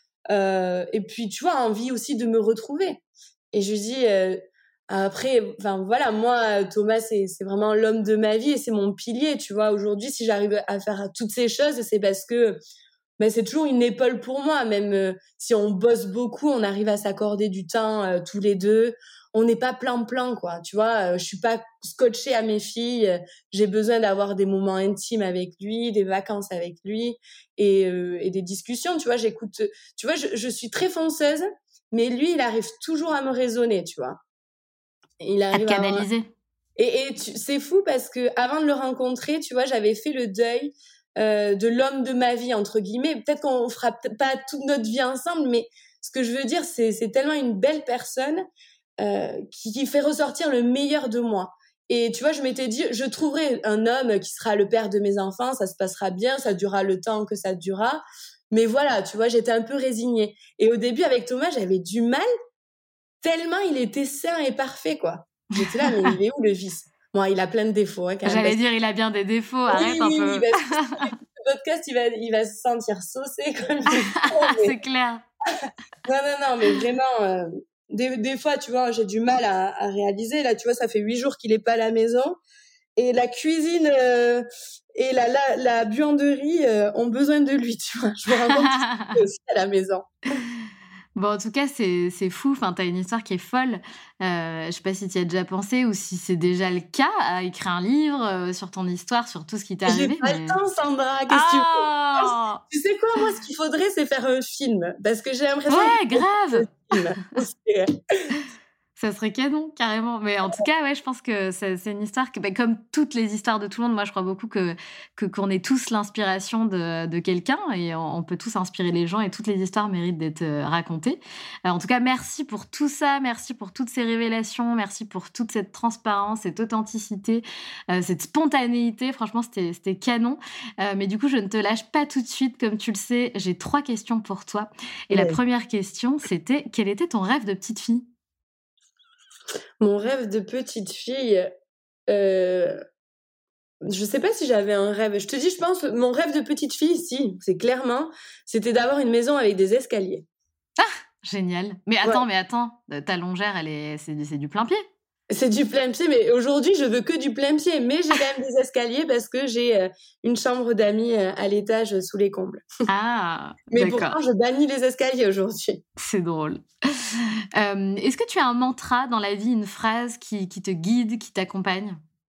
Speaker 2: Et puis, tu vois, envie aussi de me retrouver. Et je lui dis, après, enfin voilà, moi, Thomas, c'est vraiment l'homme de ma vie et c'est mon pilier, tu vois. Aujourd'hui, si j'arrive à faire toutes ces choses, c'est parce que mais c'est toujours une épaule pour moi, même si on bosse beaucoup, on arrive à s'accorder du temps tous les deux. On n'est pas plan-plan, quoi. Tu vois, je suis pas scotchée à mes filles. J'ai besoin d'avoir des moments intimes avec lui, des vacances avec lui et des discussions. Tu vois, j'écoute. Tu vois, je suis très fonceuse, mais lui, il arrive toujours à me raisonner, tu vois. Il
Speaker 3: À te
Speaker 2: arrive
Speaker 3: canaliser.
Speaker 2: c'est fou parce que avant de le rencontrer, tu vois, j'avais fait le deuil de l'homme de ma vie entre guillemets. Peut-être qu'on fera pas toute notre vie ensemble, mais ce que je veux dire, c'est tellement une belle personne qui fait ressortir le meilleur de moi. Et tu vois, je m'étais dit, je trouverai un homme qui sera le père de mes enfants, ça se passera bien, ça durera le temps que ça durera. Mais voilà, tu vois, j'étais un peu résignée. Et au début, avec Thomas, j'avais du mal, tellement il était sain et parfait, quoi. J'étais là, mais il est où le vice? Bon, il a plein de défauts, hein, quand même.
Speaker 3: J'allais dire, il a bien des défauts, arrête un peu.
Speaker 2: Oui, parce que si le podcast, il va se sentir saucé comme il faut, mais...
Speaker 3: C'est clair.
Speaker 2: Non, mais vraiment, des fois, tu vois, j'ai du mal à réaliser. Là, tu vois, ça fait 8 jours qu'il est pas à la maison. Et la cuisine et la buanderie ont besoin de lui, tu vois. Je me rends compte qu'il est aussi à la maison.
Speaker 3: Bon, en tout cas, c'est fou. Enfin, t'as une histoire qui est folle. Je sais pas si tu y as déjà pensé ou si c'est déjà le cas à écrire un livre sur ton histoire, sur tout ce qui t'est arrivé.
Speaker 2: J'ai pas le temps, Sandra. Qu'est-ce que tu veux? Tu sais quoi, moi, ce qu'il faudrait, c'est faire un film. Parce que j'ai l'impression
Speaker 3: grave.
Speaker 2: film.
Speaker 3: Ça serait canon, carrément. Mais en tout cas, ouais, je pense que c'est une histoire que, comme toutes les histoires de tout le monde, moi, je crois beaucoup qu'on est tous l'inspiration de quelqu'un et on peut tous inspirer les gens et toutes les histoires méritent d'être racontées. En tout cas, merci pour tout ça, merci pour toutes ces révélations, merci pour toute cette transparence, cette authenticité, cette spontanéité. Franchement, c'était canon. Mais du coup, je ne te lâche pas tout de suite. Comme tu le sais, j'ai 3 questions pour toi. Et la première question, c'était quel était ton rêve de petite fille ?
Speaker 2: Mon rêve de petite fille, je sais pas si j'avais un rêve. Je te dis, je pense, mon rêve de petite fille, si, c'était d'avoir une maison avec des escaliers.
Speaker 3: Ah, génial. Mais attends, ta longère, c'est du plein pied.
Speaker 2: C'est du plein pied, mais aujourd'hui, je veux que du plein pied. Mais j'ai quand même des escaliers parce que j'ai une chambre d'amis à l'étage sous les combles.
Speaker 3: Ah,
Speaker 2: mais
Speaker 3: d'accord.
Speaker 2: pourtant, je bannis les escaliers aujourd'hui.
Speaker 3: C'est drôle. Est-ce que tu as un mantra dans la vie, une phrase qui te guide, qui t'accompagne ?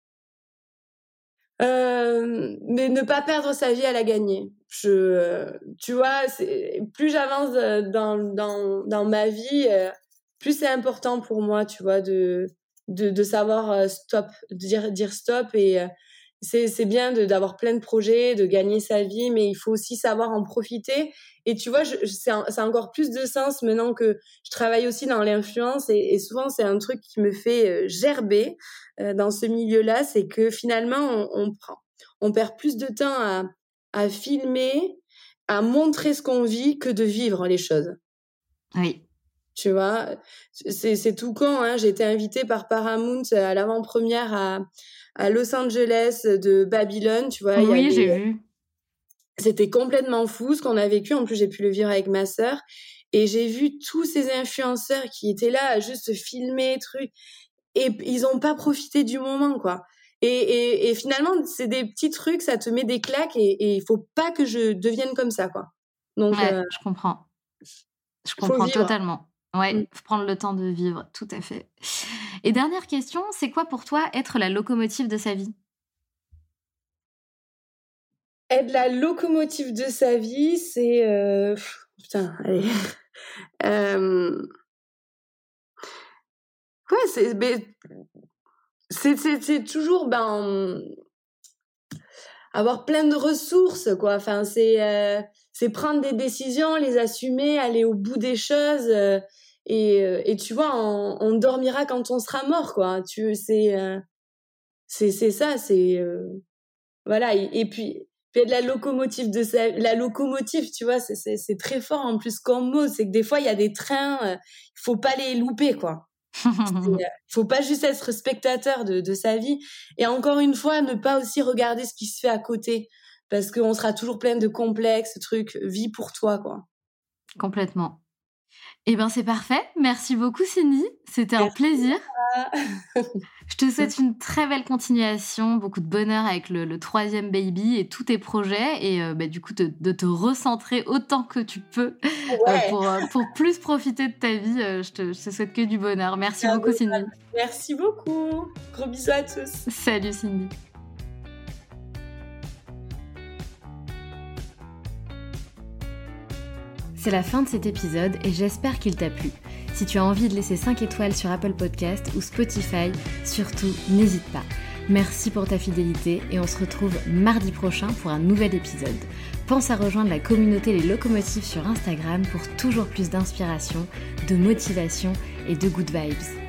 Speaker 2: Mais ne pas perdre sa vie à la gagner. Tu vois, plus j'avance dans ma vie, plus c'est important pour moi, tu vois, de savoir stop, de dire stop et c'est bien d'avoir plein de projets, de gagner sa vie, mais il faut aussi savoir en profiter. Et tu vois, ça a encore plus de sens maintenant que je travaille aussi dans l'influence et souvent c'est un truc qui me fait gerber dans ce milieu-là, c'est que finalement on perd plus de temps à filmer, à montrer ce qu'on vit que de vivre les choses.
Speaker 3: Oui.
Speaker 2: Tu vois, c'est tout con, hein. J'ai été invitée par Paramount à l'avant-première à Los Angeles de Babylone, tu vois.
Speaker 3: Oui, j'ai vu.
Speaker 2: C'était complètement fou ce qu'on a vécu. En plus, j'ai pu le vivre avec ma sœur. Et j'ai vu tous ces influenceurs qui étaient là à juste filmer, trucs. Et ils n'ont pas profité du moment, quoi. Et finalement, c'est des petits trucs, ça te met des claques et il faut pas que je devienne comme ça, quoi. Donc,
Speaker 3: ouais, je comprends. Je comprends totalement. Ouais, faut prendre le temps de vivre, tout à fait. Et dernière question, c'est quoi pour toi être la locomotive de sa vie ?
Speaker 2: Être la locomotive de sa vie, c'est... Putain, allez. Ouais, c'est toujours avoir plein de ressources, quoi. Enfin, c'est prendre des décisions, les assumer, aller au bout des choses. Et tu vois, on dormira quand on sera mort, quoi. C'est ça, voilà. Et puis être la locomotive la locomotive, tu vois, c'est très fort en plus comme mot. C'est que des fois, il y a des trains, il faut pas les louper, quoi. Faut pas juste être spectateur de sa vie. Et encore une fois, ne pas aussi regarder ce qui se fait à côté. Parce qu'on sera toujours plein de complexes, trucs, vie pour toi, quoi.
Speaker 3: Complètement. Eh ben c'est parfait. Merci beaucoup Cindy. C'était un plaisir. Je te souhaite une très belle continuation, beaucoup de bonheur avec le troisième baby et tous tes projets et du coup de te recentrer autant que tu peux pour plus profiter de ta vie. Je te souhaite que du bonheur. Merci beaucoup Cindy.
Speaker 2: Merci beaucoup. Gros bisous à tous.
Speaker 3: Salut Cindy.
Speaker 1: C'est la fin de cet épisode et j'espère qu'il t'a plu. Si tu as envie de laisser 5 étoiles sur Apple Podcast ou Spotify, surtout n'hésite pas. Merci pour ta fidélité et on se retrouve mardi prochain pour un nouvel épisode. Pense à rejoindre la communauté Les Locomotives sur Instagram pour toujours plus d'inspiration, de motivation et de good vibes.